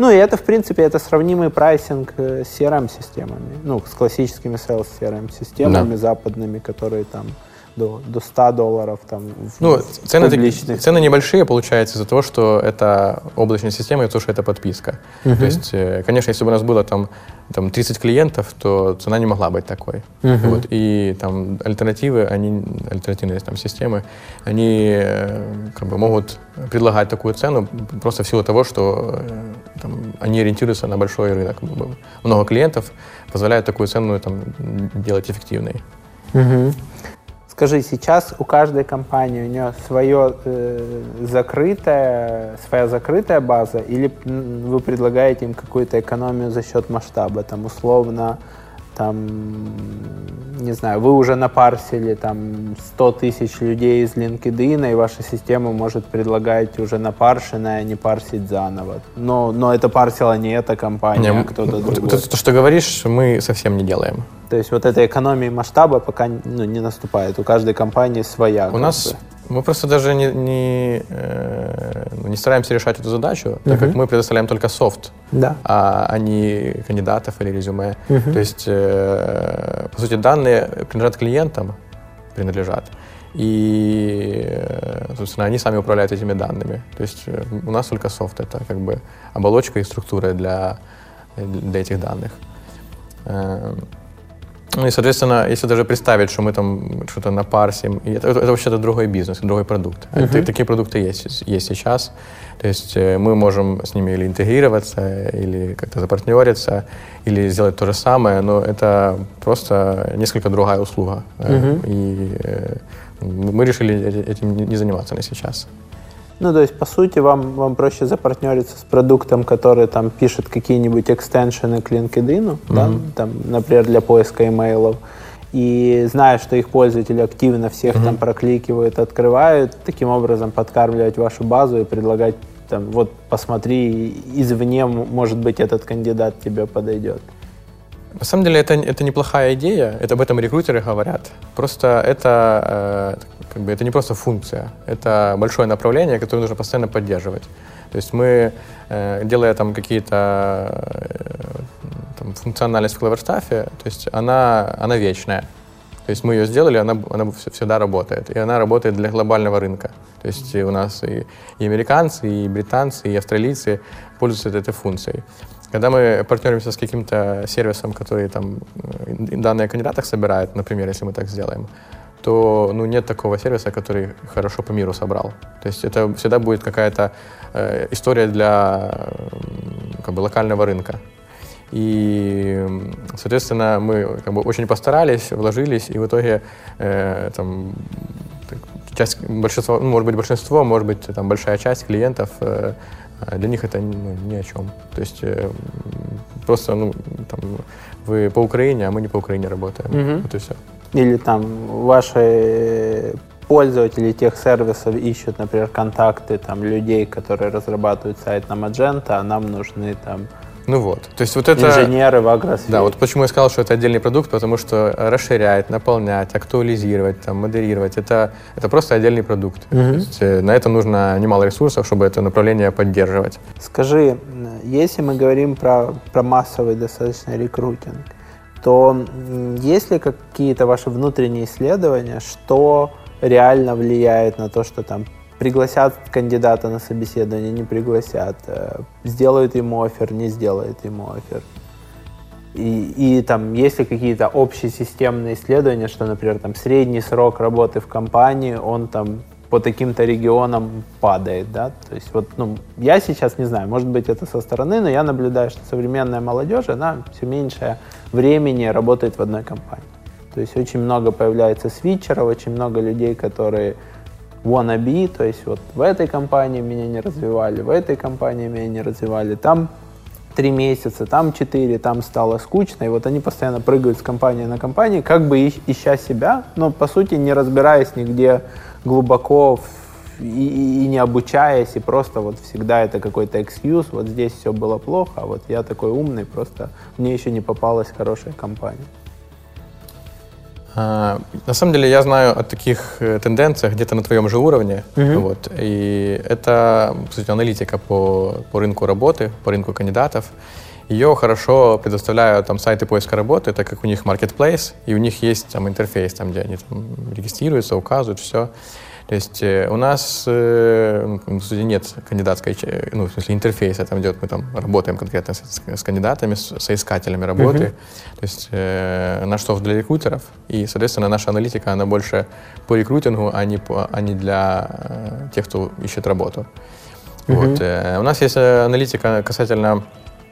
[SPEAKER 2] Ну, и это, в принципе, это сравнимый прайсинг с CRM-системами, ну, с классическими sales CRM-системами западными, которые там до $100 там
[SPEAKER 1] цены небольшие, получается, из-за того, что это облачная система и то, что это подписка. То есть, конечно, если бы у нас было там 30 клиентов, то цена не могла быть такой. Вот. И там альтернативные там, системы, они как бы могут предлагать такую цену просто в силу того, что там, они ориентируются на большой рынок. Много клиентов позволяют такую цену там, делать эффективной.
[SPEAKER 2] Скажи, сейчас у каждой компании у нее своя закрытая база, или вы предлагаете им какую-то экономию за счет масштаба? Там, условно, там, не знаю, вы уже напарсили там 100 тысяч людей из LinkedIn, и ваша система может предлагать уже напаршенное, а не парсить заново. Но это парсила не эта компания, а кто-то другой.
[SPEAKER 1] То, что говоришь, мы совсем не делаем.
[SPEAKER 2] То есть вот этой экономии масштаба пока не наступает. У каждой компании своя.
[SPEAKER 1] У нас мы просто даже не стараемся решать эту задачу, так как мы предоставляем только софт, а не кандидатов или резюме. То есть, по сути, данные принадлежат клиентам, и, собственно, они сами управляют этими данными. То есть у нас только софт, это как бы оболочка и структура для этих данных. Ну и, соответственно, если даже представить, что мы там что-то напарсим, это вообще-то другой бизнес, другой продукт. Такие продукты есть сейчас. То есть мы можем с ними или интегрироваться, или как-то запартнериться, или сделать то же самое, но это просто несколько другая услуга. И мы решили этим не заниматься на сейчас.
[SPEAKER 2] Ну, то есть, по сути, вам проще запартнериться с продуктом, который там пишет какие-нибудь экстеншены к LinkedIn, да? Там, например, для поиска имейлов, и зная, что их пользователи активно всех там прокликивают, открывают, таким образом подкармливать вашу базу и предлагать, там, вот, посмотри, извне, может быть, этот кандидат тебе подойдет.
[SPEAKER 1] На самом деле это неплохая идея, об этом рекрутеры говорят. Просто это не просто функция, это большое направление, которое нужно постоянно поддерживать. То есть мы, делая там какие-то функциональность в CleverStaff, то есть она вечная. То есть мы ее сделали, она всегда работает. И она работает для глобального рынка. То есть у нас и американцы, и британцы, и австралийцы пользуются этой функцией. Когда мы партнеримся с каким-то сервисом, который там данные о кандидатах собирает, например, если мы так сделаем, то нет такого сервиса, который хорошо по миру собрал. То есть это всегда будет какая-то история для локального рынка. И, соответственно, мы очень постарались, вложились, и в итоге большинство, может быть, большинство, может быть, там, большая часть клиентов, для них это ни о чем. То есть просто вы по Украине, а мы не по Украине работаем. Вот и все.
[SPEAKER 2] Или там ваши пользователи тех сервисов ищут, например, контакты там, людей, которые разрабатывают сайт на Magento, а нам нужны там
[SPEAKER 1] то есть вот это
[SPEAKER 2] инженеры в агросфере.
[SPEAKER 1] Да, вот почему я сказал, что это отдельный продукт, потому что расширять, наполнять, актуализировать, там, модерировать, это просто отдельный продукт. То есть на это нужно немало ресурсов, чтобы это направление поддерживать.
[SPEAKER 2] Скажи, если мы говорим про массовый достаточно рекрутинг, то есть ли какие-то ваши внутренние исследования, что реально влияет на то, что там пригласят кандидата на собеседование, не пригласят, сделают ему оффер, не сделают ему оффер? И там есть ли какие-то общесистемные исследования, что, например, там средний срок работы в компании, он там по таким-то регионам падает, да? То есть вот, я сейчас не знаю, может быть, это со стороны, но я наблюдаю, что современная молодежь, она все меньше времени работает в одной компании. То есть очень много появляется свитчеров, очень много людей, которые wannabe, то есть вот в этой компании меня не развивали, в этой компании меня не развивали, там 3 месяца, там 4, там стало скучно, и вот они постоянно прыгают с компании на компанию, как бы ища себя, но по сути не разбираясь нигде глубоко и не обучаясь, и просто вот всегда это какой-то excuse, вот здесь все было плохо, а вот я такой умный, просто мне еще не попалась хорошая компания.
[SPEAKER 1] На самом деле я знаю о таких тенденциях где-то на твоем же уровне. Вот, и это, по сути, аналитика по рынку работы, по рынку кандидатов. Ее хорошо предоставляют там сайты поиска работы, так как у них marketplace, и у них есть там интерфейс, там, где они там регистрируются, указывают, все. То есть у нас, по сути, нет кандидатской, ну, в смысле, интерфейса, там, где мы там работаем конкретно с кандидатами, с соискателями работы. То есть наш софт для рекрутеров, и, соответственно, наша аналитика, она больше по рекрутингу, а не для тех, кто ищет работу. Вот. У нас есть аналитика касательно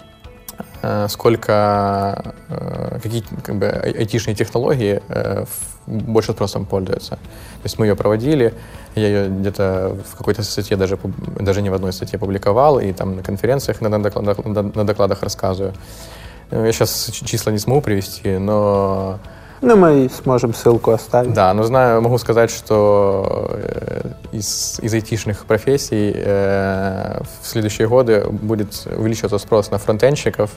[SPEAKER 1] сколько какие как бы айтишные технологии больше спросом пользуются. То есть мы ее проводили, я ее где-то в какой-то статье, даже не в одной статье публиковал, и там на конференциях, на докладах рассказываю. Я сейчас числа не смогу привести, но...
[SPEAKER 2] Ну, мы сможем ссылку оставить.
[SPEAKER 1] Да, но могу сказать, что из айтишных профессий в следующие годы будет увеличиваться спрос на фронтенщиков,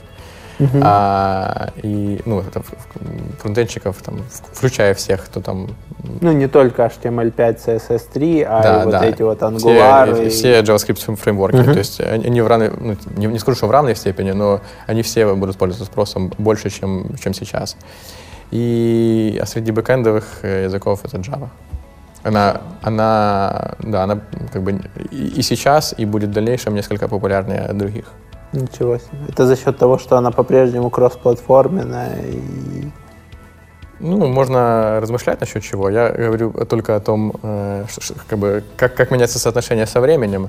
[SPEAKER 1] и, ну, это фронтенщиков, там, включая всех, кто там...
[SPEAKER 2] Ну, не только HTML5, CSS3, а и эти вот Angular.
[SPEAKER 1] Все JavaScript фреймворки. То есть они в равной, ну, не скажу, что в равной степени, но они все будут пользоваться спросом больше, чем сейчас. А среди бэкэндовых языков это Java. Она как бы и сейчас, и будет в дальнейшем несколько популярнее других.
[SPEAKER 2] Ничего себе. Это за счет того, что она по-прежнему кроссплатформенная?
[SPEAKER 1] Ну, можно размышлять насчет чего. Я говорю только о том, как меняется соотношение со временем.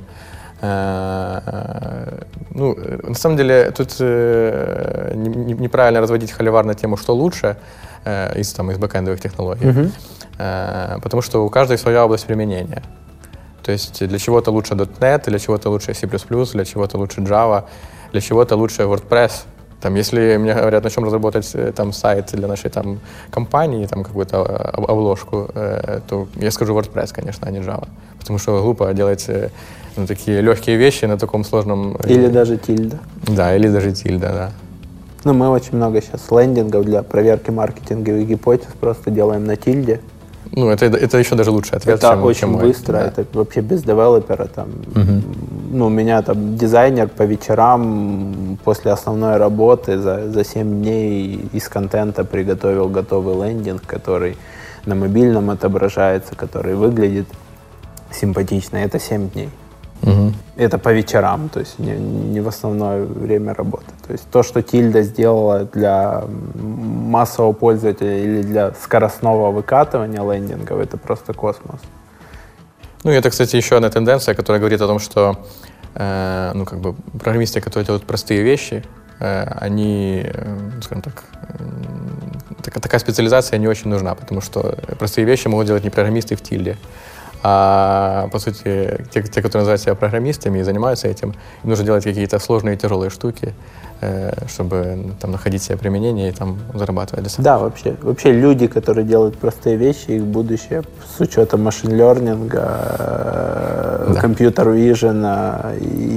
[SPEAKER 1] Ну, на самом деле, тут неправильно разводить холивар на тему, что лучше из бэкэндовых технологий, потому что у каждой своя область применения. То есть для чего-то лучше .NET, для чего-то лучше C++, для чего-то лучше Java, для чего-то лучше WordPress. Там, если мне говорят, на чем разработать там, сайт для нашей там, компании, там, какую-то обложку, то я скажу WordPress, конечно, а не Java. Потому что глупо делать такие легкие вещи на таком сложном...
[SPEAKER 2] Или даже тильда.
[SPEAKER 1] Да, или даже тильда, да.
[SPEAKER 2] Ну, мы очень много сейчас лендингов для проверки маркетинговых гипотез просто делаем на тильде.
[SPEAKER 1] Ну, это еще даже лучший ответ,
[SPEAKER 2] это
[SPEAKER 1] чем мой.
[SPEAKER 2] Это очень быстро, да. Это вообще без девелопера. Там, ну, у меня там дизайнер по вечерам после основной работы за 7 дней из контента приготовил готовый лендинг, который на мобильном отображается, который выглядит симпатично. Это 7 дней. Это по вечерам, то есть не в основное время работы. То есть то, что тильда сделала для массового пользователя или для скоростного выкатывания лендингов, это просто космос.
[SPEAKER 1] Ну и это, кстати, еще одна тенденция, которая говорит о том, что программисты, которые делают простые вещи, они, скажем так, такая специализация не очень нужна, потому что простые вещи могут делать не программисты в тильде. А, по сути, те, которые называют себя программистами и занимаются этим, им нужно делать какие-то сложные и тяжелые штуки, чтобы там находить себе применение и там зарабатывать для себя.
[SPEAKER 2] Да, вообще люди, которые делают простые вещи, их будущее с учетом машин-лернинга, компьютер-вижена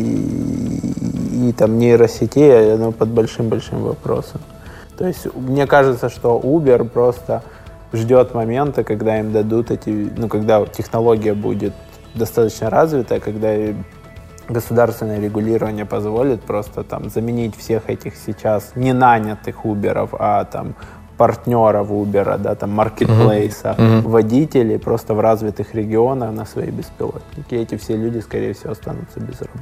[SPEAKER 2] и там нейросетей, оно под большим-большим вопросом. То есть мне кажется, что Uber просто ждет момента, когда им дадут когда технология будет достаточно развитая, когда государственное регулирование позволит просто там заменить всех этих сейчас не нанятых Uber'ов, а там партнеров Uber'а, да, там маркетплейса, водителей просто в развитых регионах на свои беспилотники. И эти все люди, скорее всего, останутся без работы.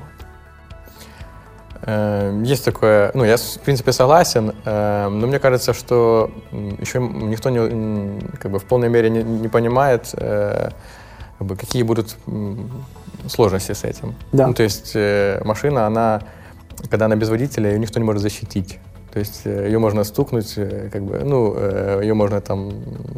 [SPEAKER 1] Есть такое, я в принципе согласен, но мне кажется, что еще никто в полной мере не понимает, какие будут сложности с этим.
[SPEAKER 2] Да.
[SPEAKER 1] Ну, то есть машина, когда она без водителя, ее никто не может защитить. То есть ее можно стукнуть, ее можно там,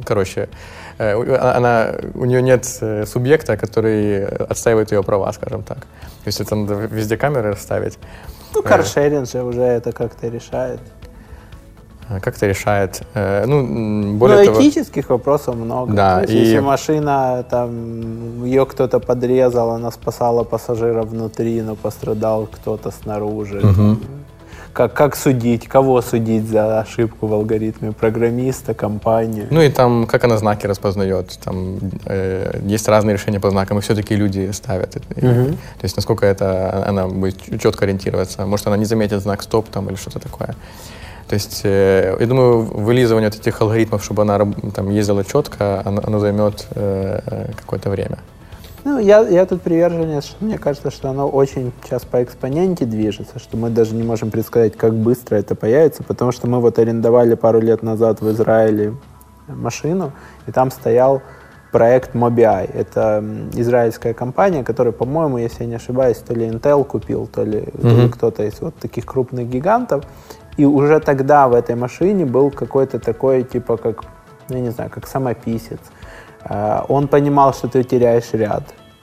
[SPEAKER 1] у нее нет субъекта, который отстаивает ее права, скажем так. То есть это надо везде камеры расставить.
[SPEAKER 2] Ну, каршеринг же уже это как-то решает.
[SPEAKER 1] Как-то решает. Более того,
[SPEAKER 2] этических вопросов много.
[SPEAKER 1] Да,
[SPEAKER 2] то есть, если машина, там, ее кто-то подрезал, она спасала пассажира внутри, но пострадал кто-то снаружи. как судить, кого судить за ошибку в алгоритме, программиста, компанию.
[SPEAKER 1] Ну и там, как она знаки распознает, там есть разные решения по знакам, и все-таки люди ставят. То есть насколько она будет четко ориентироваться. Может, она не заметит знак стоп там или что-то такое. То есть, я думаю, вылизывание вот этих алгоритмов, чтобы она там ездила четко, оно займет какое-то время.
[SPEAKER 2] Ну, я тут приверженец, что мне кажется, что оно очень сейчас по экспоненте движется, что мы даже не можем предсказать, как быстро это появится, потому что мы вот арендовали пару лет назад в Израиле машину, и там стоял проект Mobileye. Это израильская компания, которая, по-моему, если я не ошибаюсь, то ли Intel купил, то ли кто-то из вот таких крупных гигантов. И уже тогда в этой машине был какой-то такой, типа, как, я не знаю, как самописец. Он понимал, что ты теряешь ряд,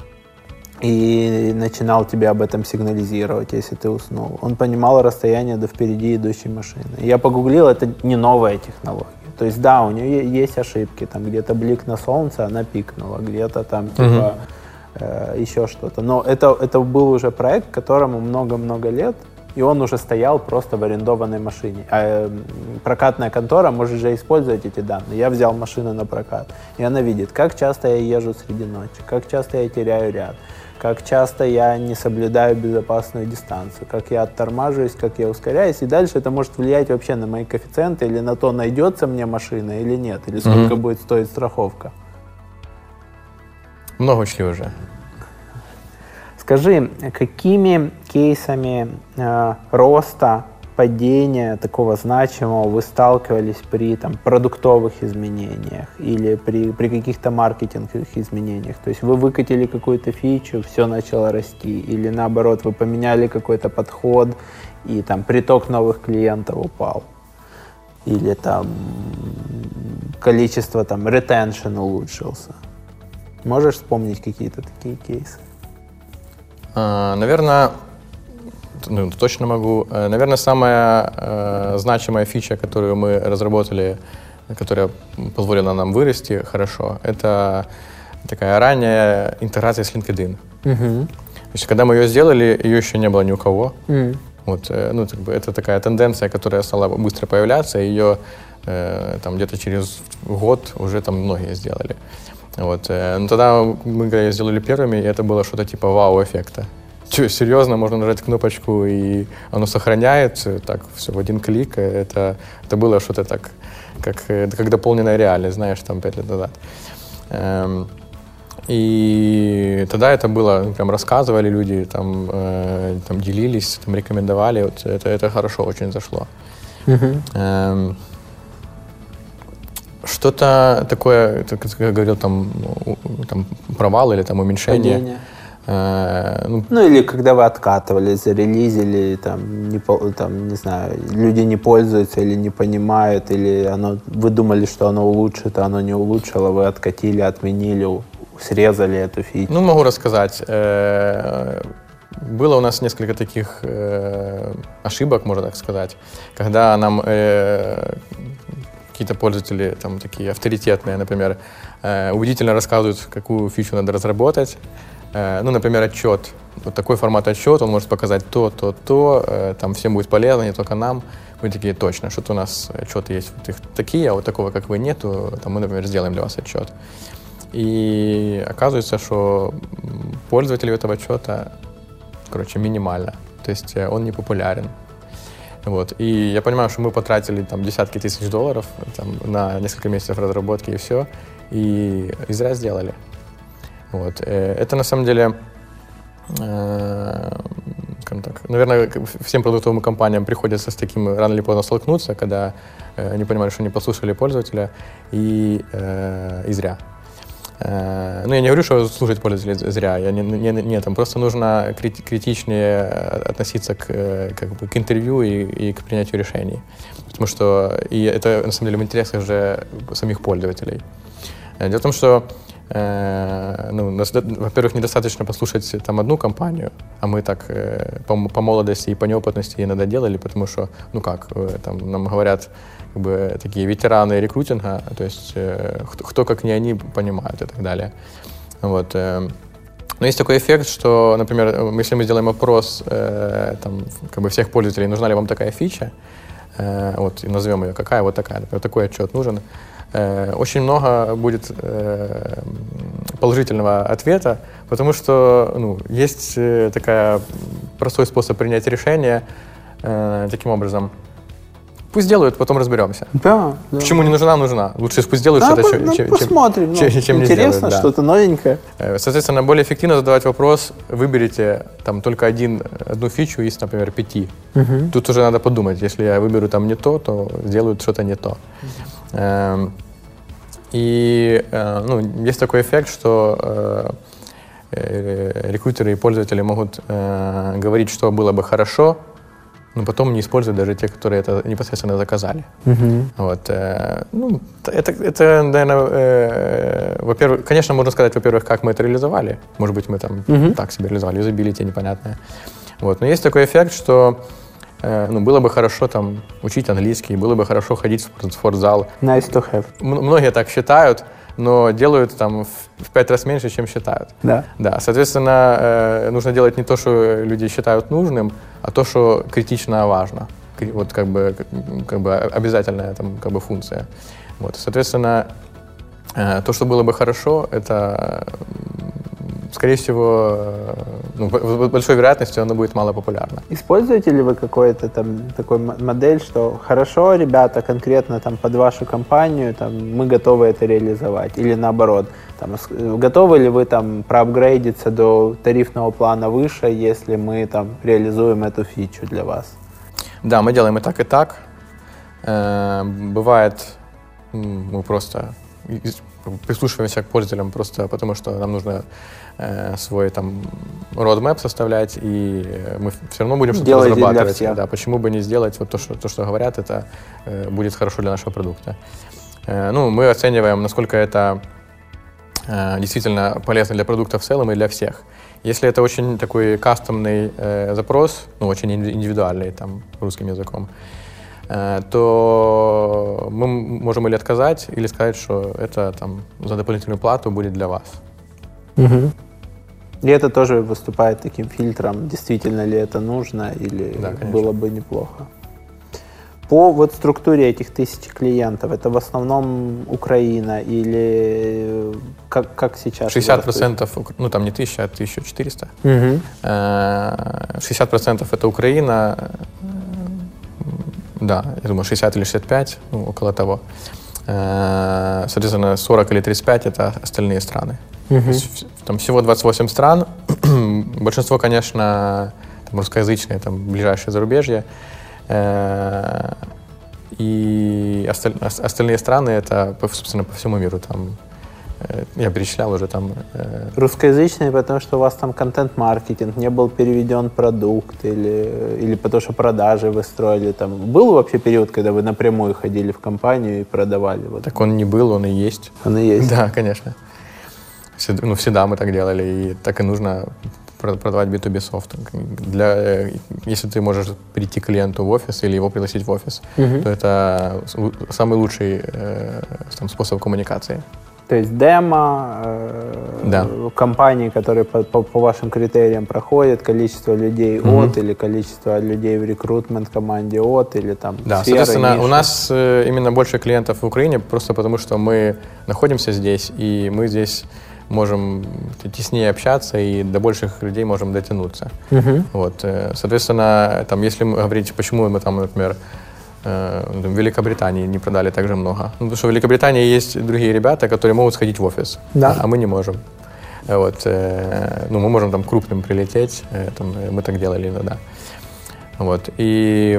[SPEAKER 2] и начинал тебе об этом сигнализировать, если ты уснул. Он понимал расстояние до впереди идущей машины. Я погуглил, это не новая технология. То есть, да, у нее есть ошибки, там где-то блик на солнце, она пикнула, где-то там, типа, еще что-то. Но это был уже проект, которому много-много лет, и он уже стоял просто в арендованной машине. А прокатная контора может же использовать эти данные. Я взял машину на прокат, и она видит, как часто я езжу среди ночи, как часто я теряю ряд, как часто я не соблюдаю безопасную дистанцию, как я оттормаживаюсь, как я ускоряюсь. И дальше это может влиять вообще на мои коэффициенты или на то, найдется мне машина или нет, или сколько будет стоить страховка.
[SPEAKER 1] Много учли уже.
[SPEAKER 2] Скажи, какими кейсами роста, падения такого значимого вы сталкивались при там, продуктовых изменениях или при каких-то маркетинговых изменениях? То есть вы выкатили какую-то фичу, все начало расти, или наоборот, вы поменяли какой-то подход, и там приток новых клиентов упал? Или там количество, там, ретеншн улучшился? Можешь вспомнить какие-то такие кейсы?
[SPEAKER 1] Наверное, точно могу. Наверное, самая значимая фича, которую мы разработали, которая позволила нам вырасти хорошо, это такая ранняя интеграция с LinkedIn. То есть, когда мы ее сделали, ее еще не было ни у кого. Вот, ну, как бы это такая тенденция, которая стала быстро появляться, и ее там, где-то через год уже там многие сделали. Вот. Но тогда мы ее сделали первыми, и это было что-то типа вау-эффекта. Серьезно, можно нажать кнопочку, и оно сохраняет так все в один клик. Это было что-то так, как дополненная реальность, знаешь, там 5 лет назад. И тогда это было, прям рассказывали люди, там делились, там рекомендовали. Вот это хорошо очень зашло. Что-то такое, как я говорил, там провал или там уменьшение.
[SPEAKER 2] Ну или когда вы откатывали, зарелизили, не знаю, люди не пользуются или не понимают, или вы думали, что оно улучшит, а оно не улучшило, вы откатили, отменили, срезали эту фичу.
[SPEAKER 1] Ну, могу рассказать. Было у нас несколько таких ошибок, можно так сказать, когда нам какие-то пользователи, там, такие авторитетные, например, убедительно рассказывают, какую фичу надо разработать. Ну, например, отчет. Вот такой формат отчета, он может показать то, там всем будет полезно, не только нам. Мы такие, точно, что-то у нас отчеты есть вот их такие, а вот такого, как вы, нету, там мы, например, сделаем для вас отчет. И оказывается, что пользователей этого отчета, минимально. То есть он не популярен. Вот. И я понимаю, что мы потратили там десятки тысяч долларов там, на несколько месяцев разработки и все, и зря сделали. Вот. Это на самом деле, наверное, всем продуктовым компаниям приходится с таким рано или поздно столкнуться, когда они понимают, что не послушали пользователя и зря. Ну, я не говорю, что слушать пользователя зря, нет, там просто нужно критичнее относиться к интервью и к принятию решений. Потому что и это, на самом деле, в интересах же самих пользователей. Дело в том, что, во-первых, недостаточно послушать там одну компанию, а мы так по молодости и по неопытности иногда делали, потому что, там нам говорят, такие ветераны рекрутинга, то есть кто как не они понимают и так далее. Вот. Но есть такой эффект, что, например, если мы сделаем опрос всех пользователей, нужна ли вам такая фича, вот, и назовем ее какая, вот такая, например, такой отчет нужен, очень много будет положительного ответа, потому что есть простой способ принять решение таким образом. Пусть делают, потом разберемся.
[SPEAKER 2] Да.
[SPEAKER 1] Почему не нужна, нужна. Лучше пусть делают что-то,
[SPEAKER 2] посмотрим,
[SPEAKER 1] чем не сделают.
[SPEAKER 2] Интересно, что-то новенькое.
[SPEAKER 1] Соответственно, более эффективно задавать вопрос, выберите только одну фичу из, например, 5. Тут уже надо подумать, если я выберу там не то сделают что-то не то. И есть такой эффект, что рекрутеры и пользователи могут говорить, что было бы хорошо, но потом не используют даже те, которые это непосредственно заказали. Вот. Это, наверное, во-первых, конечно, можно сказать, во-первых, как мы это реализовали. Может быть, мы так себе реализовали, юзабилити непонятное. Вот. Но есть такой эффект, что было бы хорошо учить английский, было бы хорошо ходить в спортзал.
[SPEAKER 2] Nice to have.
[SPEAKER 1] Многие так считают, но делают в 5 раз меньше, чем считают.
[SPEAKER 2] Да.
[SPEAKER 1] Да. Соответственно, нужно делать не то, что люди считают нужным, а то, что критично важно. Вот как бы обязательная функция. Вот. Соответственно, то, что было бы хорошо, это, скорее всего, с большой вероятностью оно будет мало популярно.
[SPEAKER 2] Используете ли вы какой-то такой модель, что хорошо, ребята, конкретно под вашу компанию мы готовы это реализовать? Или наоборот, готовы ли вы проапгрейдиться до тарифного плана выше, если мы реализуем эту фичу для вас?
[SPEAKER 1] Да, мы делаем и так. Бывает, мы просто прислушиваемся к пользователям просто потому, что нам нужно свой roadmap составлять, и мы все равно будем что-то разрабатывать. Да, почему бы не сделать вот то, что говорят, это будет хорошо для нашего продукта. Мы оцениваем, насколько это действительно полезно для продукта в целом и для всех. Если это очень такой кастомный запрос, очень индивидуальный русским языком, то мы можем или отказать, или сказать, что это за дополнительную плату будет для вас.
[SPEAKER 2] И это тоже выступает таким фильтром, действительно ли это нужно, или было бы неплохо. По структуре этих 1000 клиентов, это в основном Украина или как сейчас?
[SPEAKER 1] 60%, не 1000, а 1400. 60% это Украина, да, я думаю, 60 или 65, около того. Соответственно, 40 или 35 это остальные страны. Всего 28 стран. Большинство, конечно, русскоязычные, ближайшее зарубежье. И остальные страны это, собственно, по всему миру. Я перечислял уже
[SPEAKER 2] Русскоязычные, потому что у вас контент-маркетинг, не был переведен продукт, или потому что продажи вы строили. Был вообще период, когда вы напрямую ходили в компанию и продавали?
[SPEAKER 1] Так он не был, он и есть.
[SPEAKER 2] Он и есть?
[SPEAKER 1] Да, конечно. Всегда мы так делали, и так и нужно продавать B2B софт. Если ты можешь прийти к клиенту в офис или его пригласить в офис, то это самый лучший способ коммуникации.
[SPEAKER 2] То есть демо, компании, которые по вашим критериям проходят, количество людей от или количество людей в рекрутмент команде от или
[SPEAKER 1] Да,
[SPEAKER 2] сферы,
[SPEAKER 1] соответственно,
[SPEAKER 2] ниши.
[SPEAKER 1] у нас именно больше клиентов в Украине, просто потому что мы находимся здесь, и мы здесь можем теснее общаться и до больших людей можем дотянуться. Вот, соответственно, если говорить, почему мы например, в Великобритании не продали так же много. Потому что в Великобритании есть другие ребята, которые могут сходить в офис, а мы не можем. Вот, мы можем крупным прилететь, мы так делали иногда. Вот, и,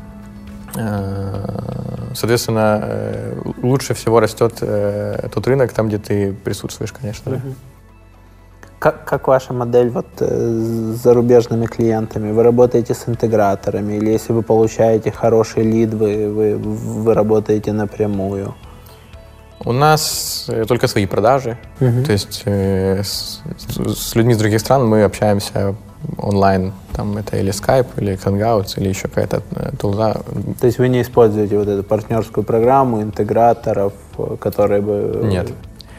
[SPEAKER 1] соответственно, лучше всего растет тот рынок, там, где ты присутствуешь, конечно.
[SPEAKER 2] Как ваша модель с зарубежными клиентами? Вы работаете с интеграторами? Или если вы получаете хороший лид, вы работаете напрямую?
[SPEAKER 1] У нас только свои продажи. То есть с людьми из других стран мы общаемся онлайн. Это или Skype, или Hangouts, или еще какая-то тулза.
[SPEAKER 2] То есть вы не используете эту партнерскую программу интеграторов, которые бы...
[SPEAKER 1] Нет.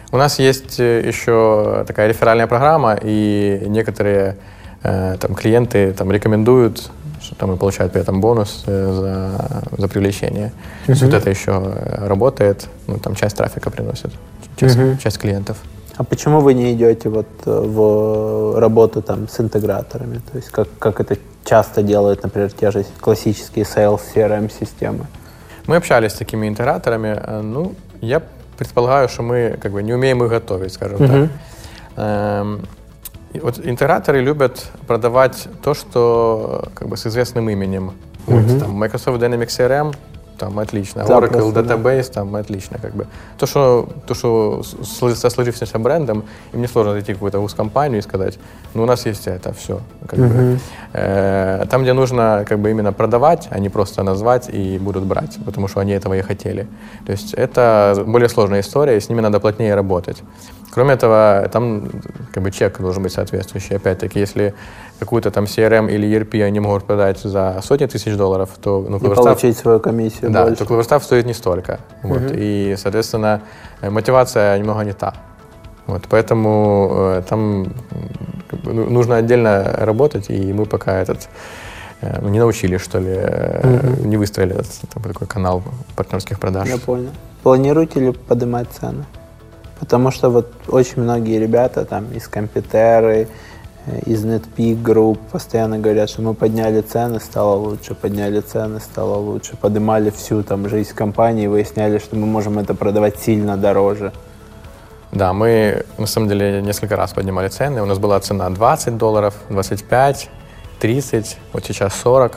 [SPEAKER 1] У нас есть еще такая реферальная программа, и некоторые там, клиенты там, рекомендуют, что там и получают при этом бонус за привлечение. То есть вот это еще работает, ну, там часть трафика приносит, часть клиентов.
[SPEAKER 2] А почему вы не идете вот в работу там с интеграторами? То есть как это часто делают, например, те же классические sales CRM-системы?
[SPEAKER 1] Мы общались с такими интеграторами. Ну, я предполагаю, что мы как бы не умеем их готовить, скажем так. Вот интеграторы любят продавать то, что как бы с известным именем. Вот, там, Microsoft Dynamics CRM, там отлично. Oracle Database, там отлично. Как бы. То, что со сложившимся брендом, им не сложно зайти в какую-то узкомпанию и сказать, ну, у нас есть это, все. Как бы. Там, где нужно как бы именно продавать, а не просто назвать и будут брать, потому что они этого и хотели. То есть это более сложная история, и с ними надо плотнее работать. Кроме этого, там как бы чек должен быть соответствующий. Опять-таки, если какую-то там CRM или ERP они могут продать за сотни тысяч $, то
[SPEAKER 2] и получить свою комиссию
[SPEAKER 1] да,
[SPEAKER 2] больше.
[SPEAKER 1] то CleverStaff стоит не столько. Вот, и, соответственно, мотивация немного не та. Вот, поэтому там как бы, нужно отдельно работать, и мы пока не научились, что ли, не выстроили такой канал партнерских продаж.
[SPEAKER 2] Я понял. Планируете ли поднимать цены? Потому что вот очень многие ребята там из Competere, из NetPeak Group постоянно говорят, что мы подняли цены, стало лучше, подняли цены, стало лучше. Поднимали всю там жизнь компании, выясняли, что мы можем это продавать сильно дороже.
[SPEAKER 1] Да, мы на самом деле несколько раз поднимали цены. У нас была цена $20, 25, 30, вот сейчас 40.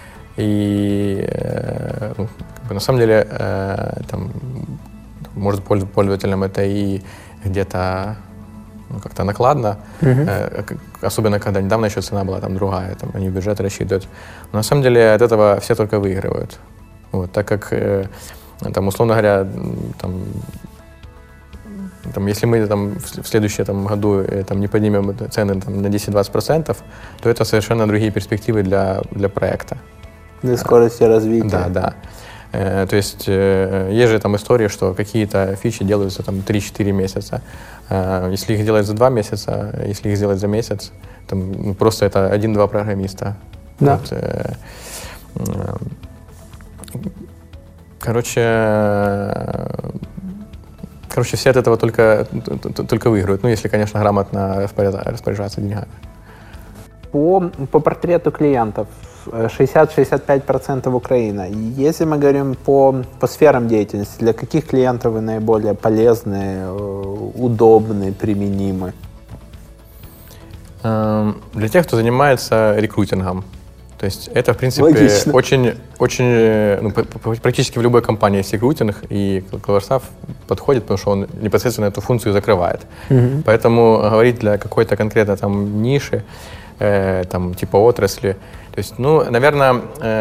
[SPEAKER 1] И ну, на самом деле там, может пользователям это и где-то ну, как-то накладно, особенно когда недавно еще цена была там другая, там, они бюджет рассчитывают. Но на самом деле от этого все только выигрывают. Вот, так как, там, условно говоря, там, если мы там, в следующем году там, не поднимем цены там, на 10-20%, то это совершенно другие перспективы для проекта.
[SPEAKER 2] Для скорости развития.
[SPEAKER 1] Да, да. То есть есть же там история, что какие-то фичи делаются там 3-4 месяца. Если их делать за 2 месяца, если их сделать за месяц, там, ну, просто это 1-2 программиста.
[SPEAKER 2] Да.
[SPEAKER 1] Вот, короче, все от этого только выиграют. Ну, если, конечно, грамотно распоряжаться деньгами.
[SPEAKER 2] По портрету клиентов 60-65% Украина. Если мы говорим по сферам деятельности, для каких клиентов вы наиболее полезны, удобны, применимы?
[SPEAKER 1] Для тех, кто занимается рекрутингом. То есть это, в принципе, очень ну, практически в любой компании есть рекрутинг, и CleverStaff подходит, потому что он непосредственно эту функцию закрывает. Поэтому говорить для какой-то конкретно там ниши, там, типа отрасли. То есть, ну, наверное...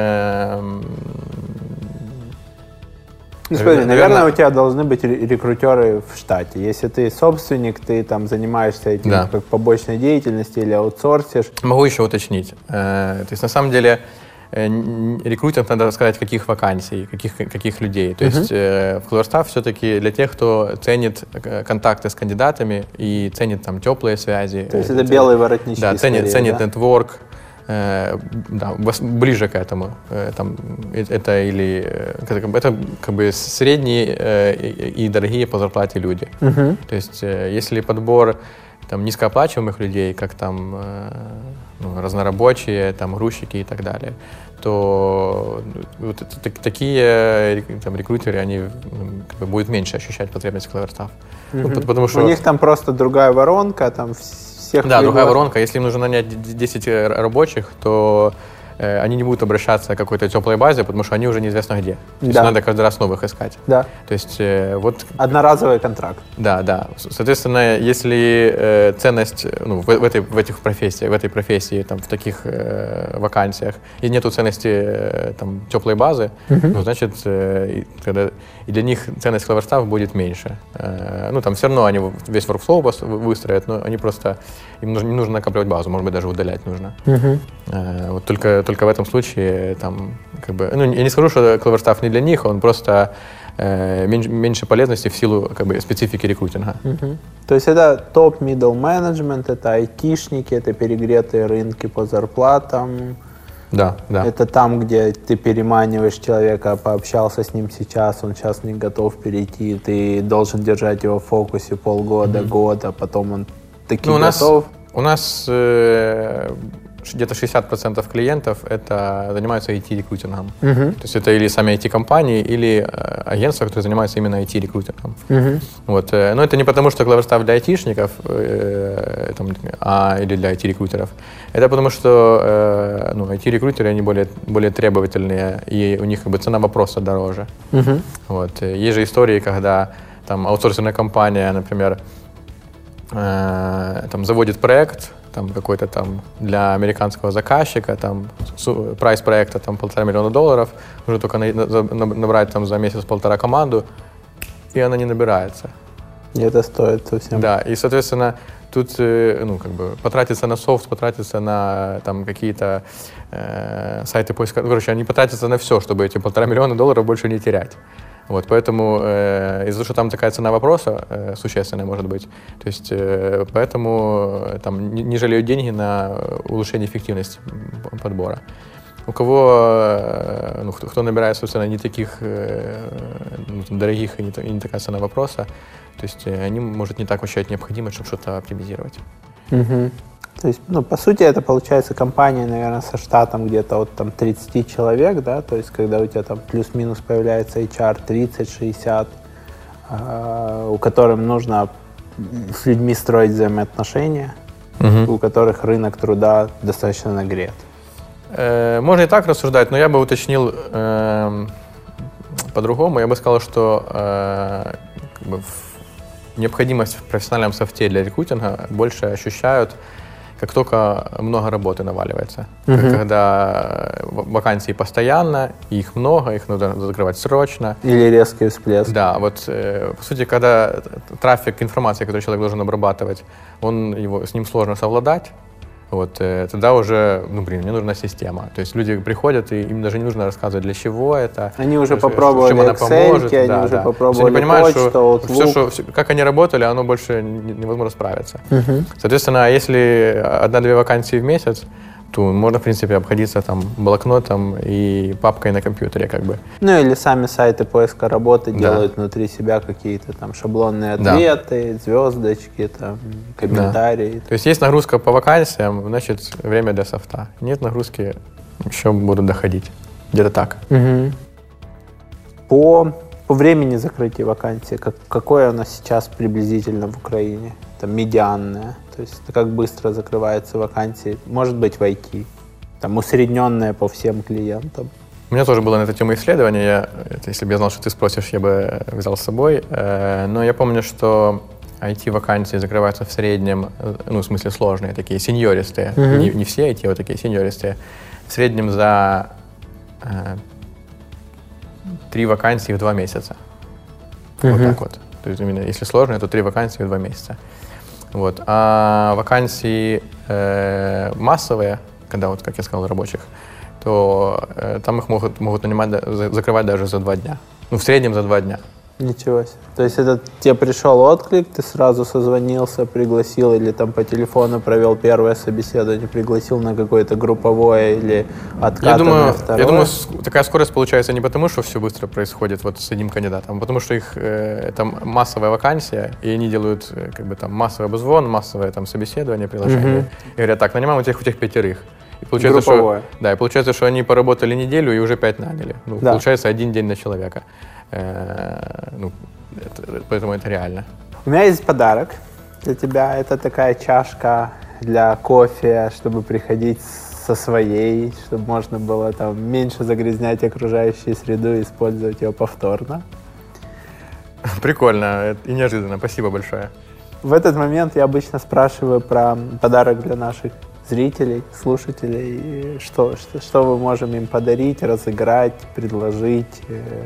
[SPEAKER 2] Смотри, наверное, у тебя должны быть рекрутеры в штате. Если ты собственник, ты там занимаешься этим как побочной деятельностью или аутсорсишь.
[SPEAKER 1] Могу еще уточнить. То есть, на самом деле, рекрутинг надо сказать, каких вакансий, каких людей. То есть в CleverStaff все-таки для тех, кто ценит контакты с кандидатами и ценит там теплые связи.
[SPEAKER 2] То есть это белые воротнички.
[SPEAKER 1] Да, ценит нетворк. Да, ближе к этому. Там, это как бы средние и дорогие по зарплате люди. То есть если подбор там, низкооплачиваемых людей, как там ну, разнорабочие, там, грузчики и так далее, то вот такие там, рекрутеры, они как бы, будут меньше ощущать потребность в CleverStaff. Потому что
[SPEAKER 2] у них там просто другая воронка, там всех.
[SPEAKER 1] Да, другая воронка. Если им нужно нанять 10 рабочих, то они не будут обращаться к какой-то теплой базе, потому что они уже неизвестно где. То есть надо каждый раз новых искать.
[SPEAKER 2] Да.
[SPEAKER 1] То есть вот...
[SPEAKER 2] Одноразовый контракт.
[SPEAKER 1] Да, да. Соответственно, если ценность ну, в этой профессии, там, в таких вакансиях, и нету ценности там, теплой базы, ну, значит, и для них ценность CleverStaff будет меньше. Ну, там все равно они весь workflow выстроят, но они просто... Им не нужно накапливать базу, может быть, даже удалять нужно. Вот только в этом случае, там, как бы, ну, я не скажу, что CleverStaff не для них, он просто меньше полезности в силу как бы специфики рекрутинга.
[SPEAKER 2] То есть это топ-middle management, это айтишники, это перегретые рынки по зарплатам.
[SPEAKER 1] Да.
[SPEAKER 2] Это там, где ты переманиваешь человека, пообщался с ним сейчас, он сейчас не готов перейти, ты должен держать его в фокусе полгода, год, а потом он таки готов.
[SPEAKER 1] У нас где-то 60% клиентов занимаются IT-рекрутингом. То есть это или сами IT-компании, или агентства, которые занимаются именно IT-рекрутингом. Вот. Но это не потому, что Cleverstaff для айтишников или для IT-рекрутеров. Это потому, что IT-рекрутеры, они более требовательные, и у них как бы цена вопроса дороже. Вот. Есть же истории, когда там аутсорсинговая компания, например, заводит проект, какой-то для американского заказчика, прайс проекта $1,5 миллиона, уже только набрать за месяц-полтора команду, и она не набирается.
[SPEAKER 2] И это стоит совсем.
[SPEAKER 1] Да, и, соответственно, тут потратиться на софт, потратиться на какие-то сайты поиска, они потратятся на все, чтобы эти $1,5 миллиона больше не терять. Вот, поэтому из-за того, что там такая цена вопроса существенная может быть, то есть поэтому не жалеют деньги на улучшение эффективности подбора. У кого, кто набирает, собственно, не таких дорогих и не такая цена вопроса, то есть они, может, не так ощущают необходимость, чтобы что-то оптимизировать.
[SPEAKER 2] То есть, по сути, это получается компания, наверное, со штатом где-то от 30 человек, да, то есть когда у тебя плюс-минус появляется HR 30-60, у которым нужно с людьми строить взаимоотношения, у которых рынок труда достаточно нагрет.
[SPEAKER 1] Можно и так рассуждать, но я бы уточнил по-другому. Я бы сказал, что необходимость в профессиональном софте для рекрутинга больше ощущают, как только много работы наваливается. Когда вакансии постоянно, их много, их нужно закрывать срочно.
[SPEAKER 2] Или резкий всплеск.
[SPEAKER 1] Да, вот по сути, когда трафик информации, который человек должен обрабатывать, с ним сложно совладать, вот, тогда уже, мне нужна система. То есть люди приходят, и им даже не нужно рассказывать, для чего это.
[SPEAKER 2] Они уже попробовали Excel, они уже попробовали почту,
[SPEAKER 1] Outlook. Как они работали, оно больше невозможно справиться. Соответственно, если 1-2 вакансии в месяц, то можно, в принципе, обходиться блокнотом и папкой на компьютере, как бы.
[SPEAKER 2] Или сами сайты поиска работы делают внутри себя какие-то шаблонные ответы, звездочки, комментарии.
[SPEAKER 1] Да. То есть есть нагрузка по вакансиям, значит, время для софта. Нет нагрузки, еще будут доходить. Где-то так.
[SPEAKER 2] По времени закрытия вакансии, какое оно сейчас приблизительно в Украине? Медианное. То есть как быстро закрываются вакансии, может быть, в IT, усредненное по всем клиентам.
[SPEAKER 1] У меня тоже было на эту тему исследование. Если бы я знал, что ты спросишь, я бы взял с собой. Но я помню, что IT-вакансии закрываются в среднем, в смысле сложные, такие сеньористые. Не все IT, а вот такие сеньористые. В среднем за 3 вакансии в 2 месяца. Вот так вот. То есть именно если сложные, то 3 вакансии в 2 месяца. Вот. А вакансии массовые, когда, как я сказал, рабочих, то там их могут нанимать, закрывать даже за 2 дня. В среднем за 2 дня.
[SPEAKER 2] Ничего себе. То есть это тебе пришел отклик, ты сразу созвонился, пригласил или по телефону провел первое собеседование, пригласил на какое-то групповое или откатанное второе?
[SPEAKER 1] Я думаю, такая скорость получается не потому, что все быстро происходит с одним кандидатом, а потому что их там массовая вакансия, и они делают массовый обзвон, массовое собеседование, приглашение. И говорят, так, нанимаем у тех 5. И получается, и получается, что они поработали неделю и уже 5 наняли. Получается 1 день на человека. Поэтому это реально.
[SPEAKER 2] У меня есть подарок для тебя. Это такая чашка для кофе, чтобы приходить со своей, чтобы можно было меньше загрязнять окружающую среду и использовать ее повторно.
[SPEAKER 1] Прикольно и неожиданно. Спасибо большое.
[SPEAKER 2] В этот момент я обычно спрашиваю про подарок для наших зрителей, слушателей. Что мы можем им подарить, разыграть, предложить?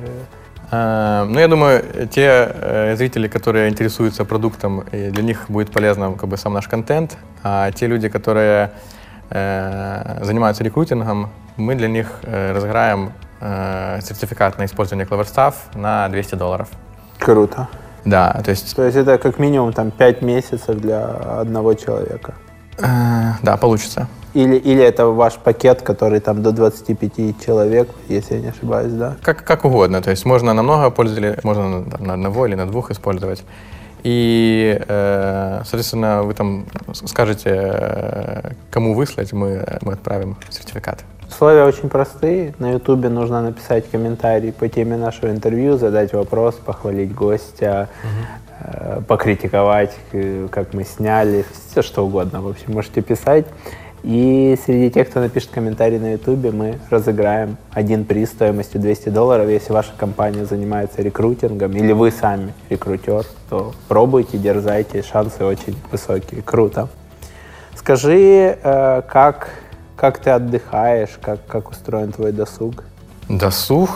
[SPEAKER 1] Я думаю, те зрители, которые интересуются продуктом, для них будет полезно сам наш контент, а те люди, которые занимаются рекрутингом, мы для них разыграем сертификат на использование CleverStaff на $200.
[SPEAKER 2] Круто.
[SPEAKER 1] Да, то есть...
[SPEAKER 2] То есть это как минимум там 5 месяцев для одного человека?
[SPEAKER 1] Да, получится.
[SPEAKER 2] Или это ваш пакет, который там до 25 человек, если я не ошибаюсь, да?
[SPEAKER 1] Как угодно. То есть можно на много пользователей, можно там, на одного или на двух использовать. И, соответственно, вы там скажете, кому выслать, мы отправим сертификат.
[SPEAKER 2] Условия очень простые. На Ютубе нужно написать комментарий по теме нашего интервью, задать вопрос, похвалить гостя, покритиковать, как мы сняли, все что угодно. В общем, можете писать. И среди тех, кто напишет комментарий на Ютубе, мы разыграем один приз стоимостью $200. Если ваша компания занимается рекрутингом или вы сами рекрутер, то пробуйте, дерзайте, шансы очень высокие. Круто. Скажи, как ты отдыхаешь, как устроен твой досуг?
[SPEAKER 1] Досуг?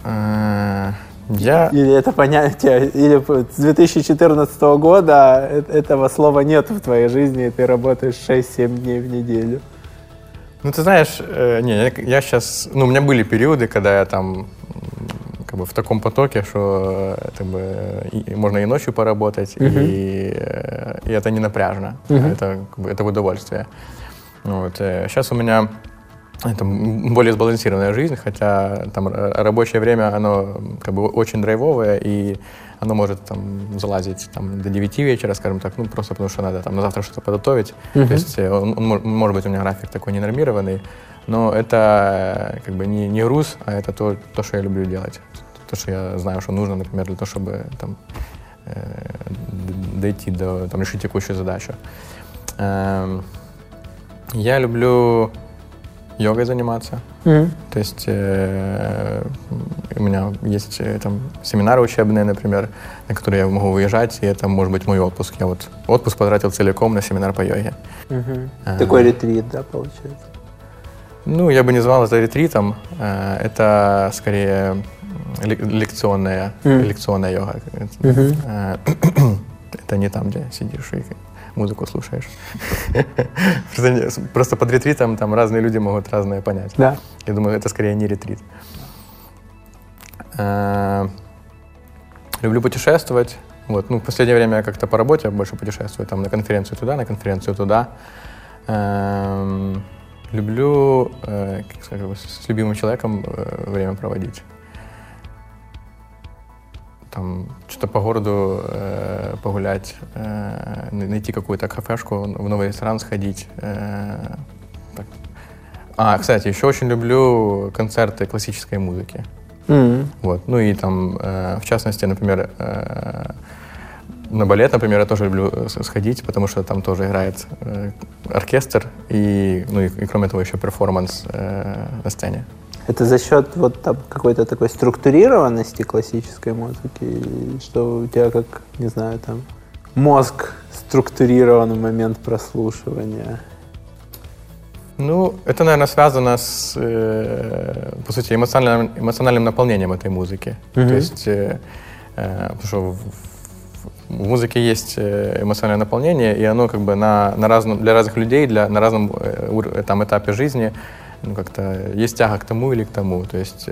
[SPEAKER 2] Или это понятие, или с 2014 года этого слова нет в твоей жизни, и ты работаешь 6-7 дней в неделю?
[SPEAKER 1] Ну, ты знаешь, я сейчас... Ну, у меня были периоды, когда я там как бы в таком потоке, что как бы, можно и ночью поработать, и это не напряжно, это в удовольствие. Вот. Сейчас у меня более сбалансированная жизнь, хотя там рабочее время, оно как бы очень драйвовое, и оно может там залазить там, до 9 вечера, скажем так, ну просто потому что надо там на завтра что-то подготовить. То есть может быть у меня график такой ненормированный, но это как бы не груз, а это то, что я люблю делать. То, что я знаю, что нужно, например, для того, чтобы там, дойти до, там, решить текущую задачу. Я люблю йогой заниматься. То есть у меня есть там семинары учебные, например, на которые я могу выезжать, и это может быть мой отпуск. Я вот отпуск потратил целиком на семинар по йоге.
[SPEAKER 2] Такой ретрит, да, получается?
[SPEAKER 1] Ну, я бы не назвал это ретритом. Это скорее лекционная йога. Это не там, где сидишь и музыку слушаешь. Просто под ретритом там разные люди могут разное понять.
[SPEAKER 2] Да.
[SPEAKER 1] Я думаю, это скорее не ретрит. Люблю путешествовать. Вот. Ну, в последнее время я как-то по работе больше путешествую. Там, на конференцию туда, на конференцию туда. Люблю с любимым человеком время проводить. Там что-то по городу погулять, найти какую-то кафешку, в новый ресторан сходить. Так. Кстати, еще очень люблю концерты классической музыки. Вот. Ну и там, в частности, например, на балет, например, я тоже люблю сходить, потому что там тоже играет оркестр и кроме того еще перформанс на сцене.
[SPEAKER 2] Это за счет вот там какой-то такой структурированности классической музыки, что у тебя как, не знаю, там мозг структурирован в момент прослушивания?
[SPEAKER 1] Ну, это, наверное, связано с, по сути, эмоциональным наполнением этой музыки. То есть, потому что в музыке есть эмоциональное наполнение, и оно как бы для разных людей, на разном там, этапе жизни как-то есть тяга к тому или к тому. То есть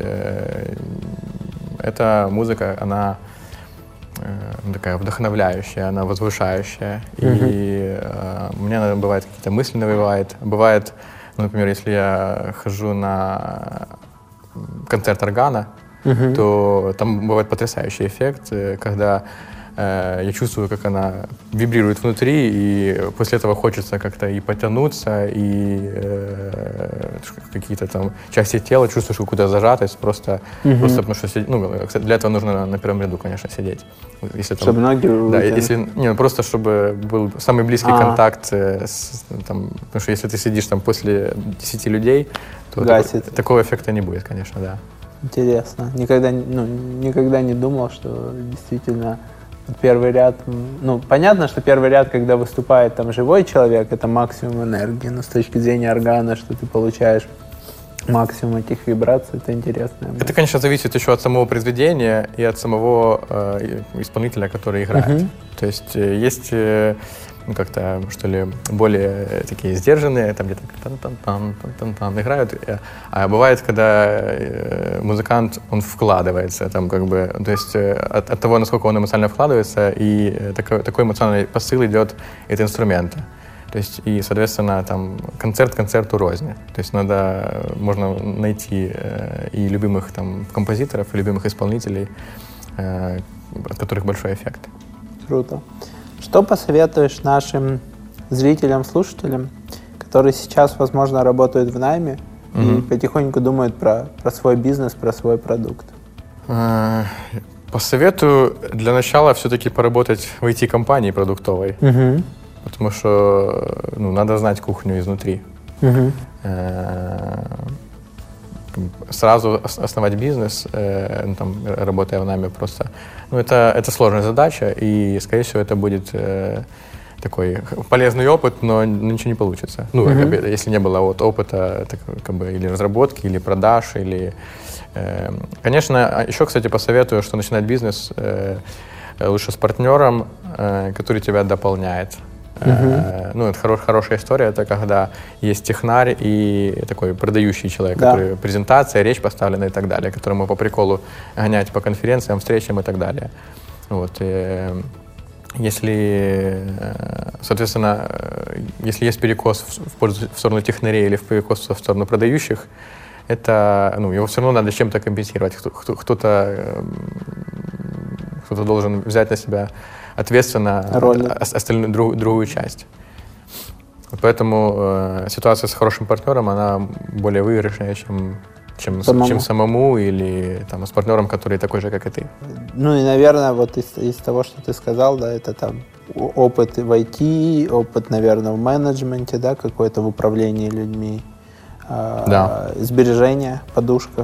[SPEAKER 1] эта музыка, она такая вдохновляющая, она возвышающая. И у меня бывает какие-то мысли навевает. Бывает, например, если я хожу на концерт органа, то там бывает потрясающий эффект, когда я чувствую, как она вибрирует внутри, и после этого хочется как-то и потянуться, и какие-то там части тела чувствуешь какую-то зажатость, просто потому что для этого нужно на первом ряду, конечно, сидеть. Если, там,
[SPEAKER 2] чтобы ноги
[SPEAKER 1] просто чтобы был самый близкий контакт, потому что если ты сидишь там после 10 людей, то такого эффекта не будет, конечно, да.
[SPEAKER 2] Интересно. Никогда не думал, что действительно первый ряд, понятно, что первый ряд, когда выступает там живой человек, это максимум энергии, но с точки зрения органа, что ты получаешь максимум этих вибраций, это интересно.
[SPEAKER 1] Это, конечно, зависит еще от самого произведения и от самого исполнителя, который играет. То есть есть как-то, что ли, более такие сдержанные, там где-то тан-тан-тан играют. А бывает, когда музыкант, он вкладывается, там как бы, то есть от того, насколько он эмоционально вкладывается, и такой эмоциональный посыл идет от инструмента. То есть, и, соответственно, там концерт концерту рознь. То есть можно найти и любимых там композиторов, и любимых исполнителей, от которых большой эффект.
[SPEAKER 2] Круто. Что посоветуешь нашим зрителям, слушателям, которые сейчас, возможно, работают в найме и потихоньку думают про свой бизнес, про свой продукт?
[SPEAKER 1] Посоветую для начала все-таки поработать в IT-компании продуктовой, потому что надо знать кухню изнутри. Сразу основать бизнес, там, работая в найме, просто, это сложная задача, и, скорее всего, это будет такой полезный опыт, но ничего не получится. Если не было опыта или разработки, или продаж, или... Конечно, еще, кстати, посоветую, что начинать бизнес лучше с партнером, который тебя дополняет. Это хорошая история, это когда есть технарь и такой продающий человек, который презентация, речь поставлена и так далее, которому по приколу гонять по конференциям, встречам и так далее. Если, соответственно, если есть перекос в сторону технарей или в перекос в сторону продающих, это, его все равно надо чем-то компенсировать. Кто-то должен взять на себя ответственно остальную другую часть. Поэтому ситуация с хорошим партнером, она более выигрышная, чем самому или там, с партнером, который такой же, как и ты.
[SPEAKER 2] И, наверное, вот из того, что ты сказал, это там опыт в IT, опыт, наверное, в менеджменте, какой-то в управлении людьми, сбережения, подушка.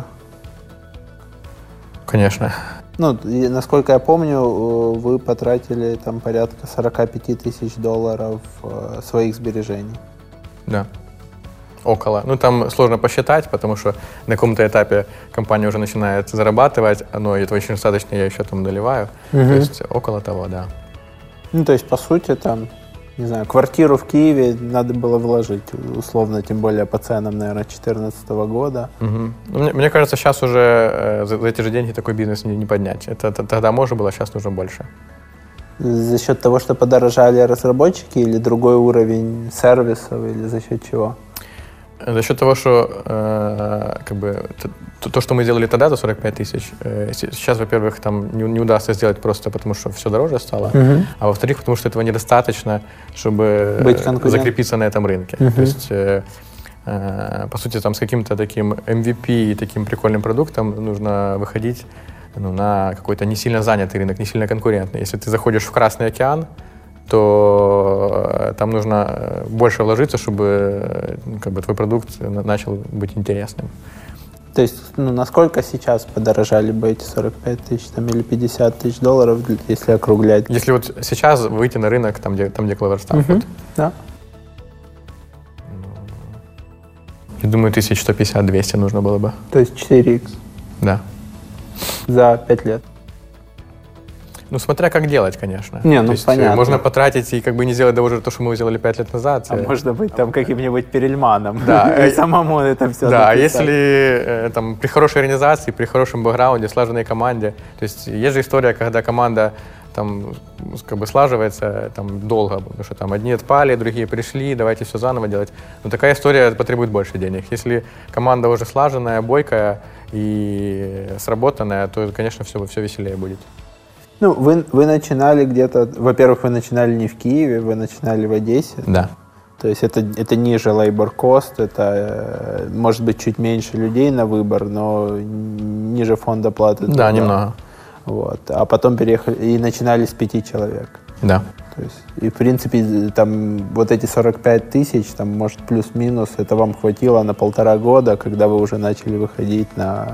[SPEAKER 1] Конечно.
[SPEAKER 2] Насколько я помню, вы потратили там порядка 45 тысяч долларов своих сбережений.
[SPEAKER 1] Да, около. Там сложно посчитать, потому что на каком-то этапе компания уже начинает зарабатывать, но этого еще достаточно, я еще там доливаю. То есть около того, да.
[SPEAKER 2] То есть, по сути, там, не знаю, квартиру в Киеве надо было вложить, условно, тем более по ценам, наверное, 2014 года.
[SPEAKER 1] Мне кажется, сейчас уже за эти же деньги такой бизнес не поднять. Это тогда можно было, сейчас нужно больше.
[SPEAKER 2] За счет того, что подорожали разработчики, или другой уровень сервисов, или за счет чего?
[SPEAKER 1] За счет того, что то, что мы делали тогда за 45 тысяч, сейчас, во-первых, там не удастся сделать просто потому, что все дороже стало, а во-вторых, потому что этого недостаточно, чтобы закрепиться на этом рынке. То есть, по сути, там с каким-то таким MVP и таким прикольным продуктом нужно выходить на какой-то не сильно занятый рынок, не сильно конкурентный. Если ты заходишь в Красный океан, то там нужно больше вложиться, чтобы твой продукт начал быть интересным.
[SPEAKER 2] То есть, насколько сейчас подорожали бы эти 45 тысяч или 50 тысяч долларов, если округлять?
[SPEAKER 1] Если вот сейчас выйти на рынок, там, где CleverStaff.
[SPEAKER 2] Да.
[SPEAKER 1] Я думаю, 1150-200 нужно было бы.
[SPEAKER 2] То есть 4x?
[SPEAKER 1] Да.
[SPEAKER 2] За 5 лет?
[SPEAKER 1] Смотря как делать, конечно.
[SPEAKER 2] То есть, понятно.
[SPEAKER 1] Можно потратить и не сделать даже то, что мы сделали 5 лет назад.
[SPEAKER 2] А можно быть там каким-нибудь Перельманом.
[SPEAKER 1] Да.
[SPEAKER 2] И самому это все
[SPEAKER 1] Да, а если там при хорошей организации, при хорошем бэкграунде, слаженной команде. То есть есть же история, когда команда там слаживается долго, потому что там одни отпали, другие пришли, давайте все заново делать. Но такая история потребует больше денег. Если команда уже слаженная, бойкая и сработанная, то, конечно, все веселее будет.
[SPEAKER 2] Вы начинали где-то, во-первых, вы начинали не в Киеве, вы начинали в Одессе.
[SPEAKER 1] Да.
[SPEAKER 2] То есть это ниже labor cost, это может быть чуть меньше людей на выбор, но ниже фонда платы.
[SPEAKER 1] Да, немного.
[SPEAKER 2] А потом переехали и начинали с 5 человек.
[SPEAKER 1] Да.
[SPEAKER 2] То есть, и в принципе там вот эти 45 тысяч, там может плюс-минус, это вам хватило на 1,5 года, когда вы уже начали выходить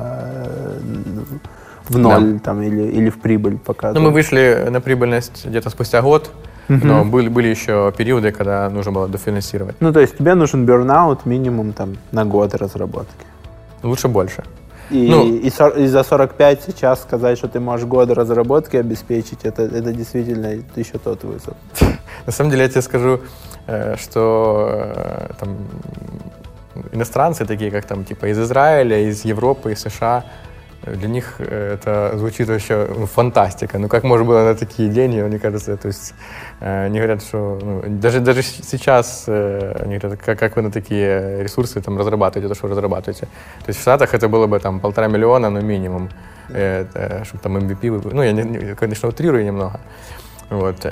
[SPEAKER 2] в ноль там, или в прибыль показывать.
[SPEAKER 1] Мы вышли на прибыльность где-то спустя год, но были еще периоды, когда нужно было дофинансировать.
[SPEAKER 2] То есть тебе нужен бернаут минимум на год разработки.
[SPEAKER 1] Лучше больше.
[SPEAKER 2] И за 45 сейчас сказать, что ты можешь год разработки обеспечить, это действительно еще тот вызов.
[SPEAKER 1] На самом деле я тебе скажу, что там иностранцы такие, как там типа из Израиля, из Европы, из США, для них это звучит вообще фантастика. Ну как можно было на такие деньги, мне кажется, то есть они говорят, что даже сейчас они говорят, как вы на такие ресурсы там разрабатываете, то, что разрабатываете. То есть в Штатах это было бы там 1,5 миллиона, ну минимум, чтобы там MVP, ну я, конечно, утрирую немного, вот.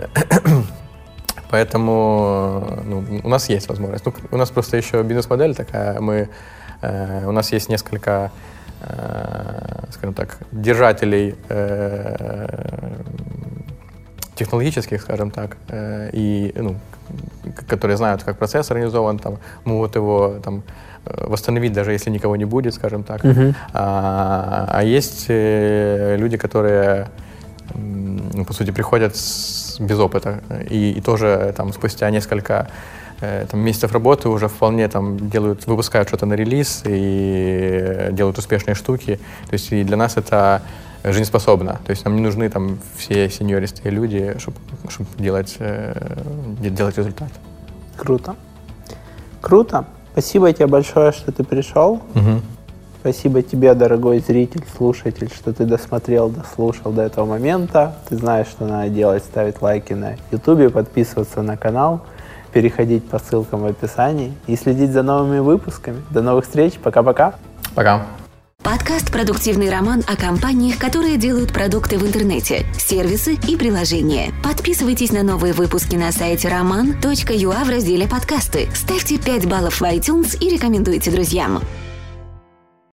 [SPEAKER 1] Поэтому у нас есть возможность. У нас просто еще бизнес-модель такая, у нас есть несколько, скажем так, держателей технологических, скажем так, и, которые знают, как процесс организован, там, могут его там, восстановить, даже если никого не будет, скажем так. А есть люди, которые, по сути, приходят без опыта и тоже там, спустя несколько месяцев работы уже вполне там выпускают что-то на релиз и делают успешные штуки. То есть и для нас это жизнеспособно. То есть нам не нужны там все сеньористые люди, чтобы делать результат.
[SPEAKER 2] Круто. Круто. Спасибо тебе большое, что ты пришел. Спасибо тебе, дорогой зритель, слушатель, что ты дослушал до этого момента. Ты знаешь, что надо делать: ставить лайки на YouTube, подписываться на канал, переходить по ссылкам в описании и следить за новыми выпусками. До новых встреч. Пока-пока.
[SPEAKER 1] Пока.
[SPEAKER 3] Подкаст «Продуктивный роман» о компаниях, которые делают продукты в интернете, сервисы и приложения. Подписывайтесь на новые выпуски на сайте roman.ua в разделе «Подкасты». Ставьте 5 баллов в iTunes и рекомендуйте друзьям.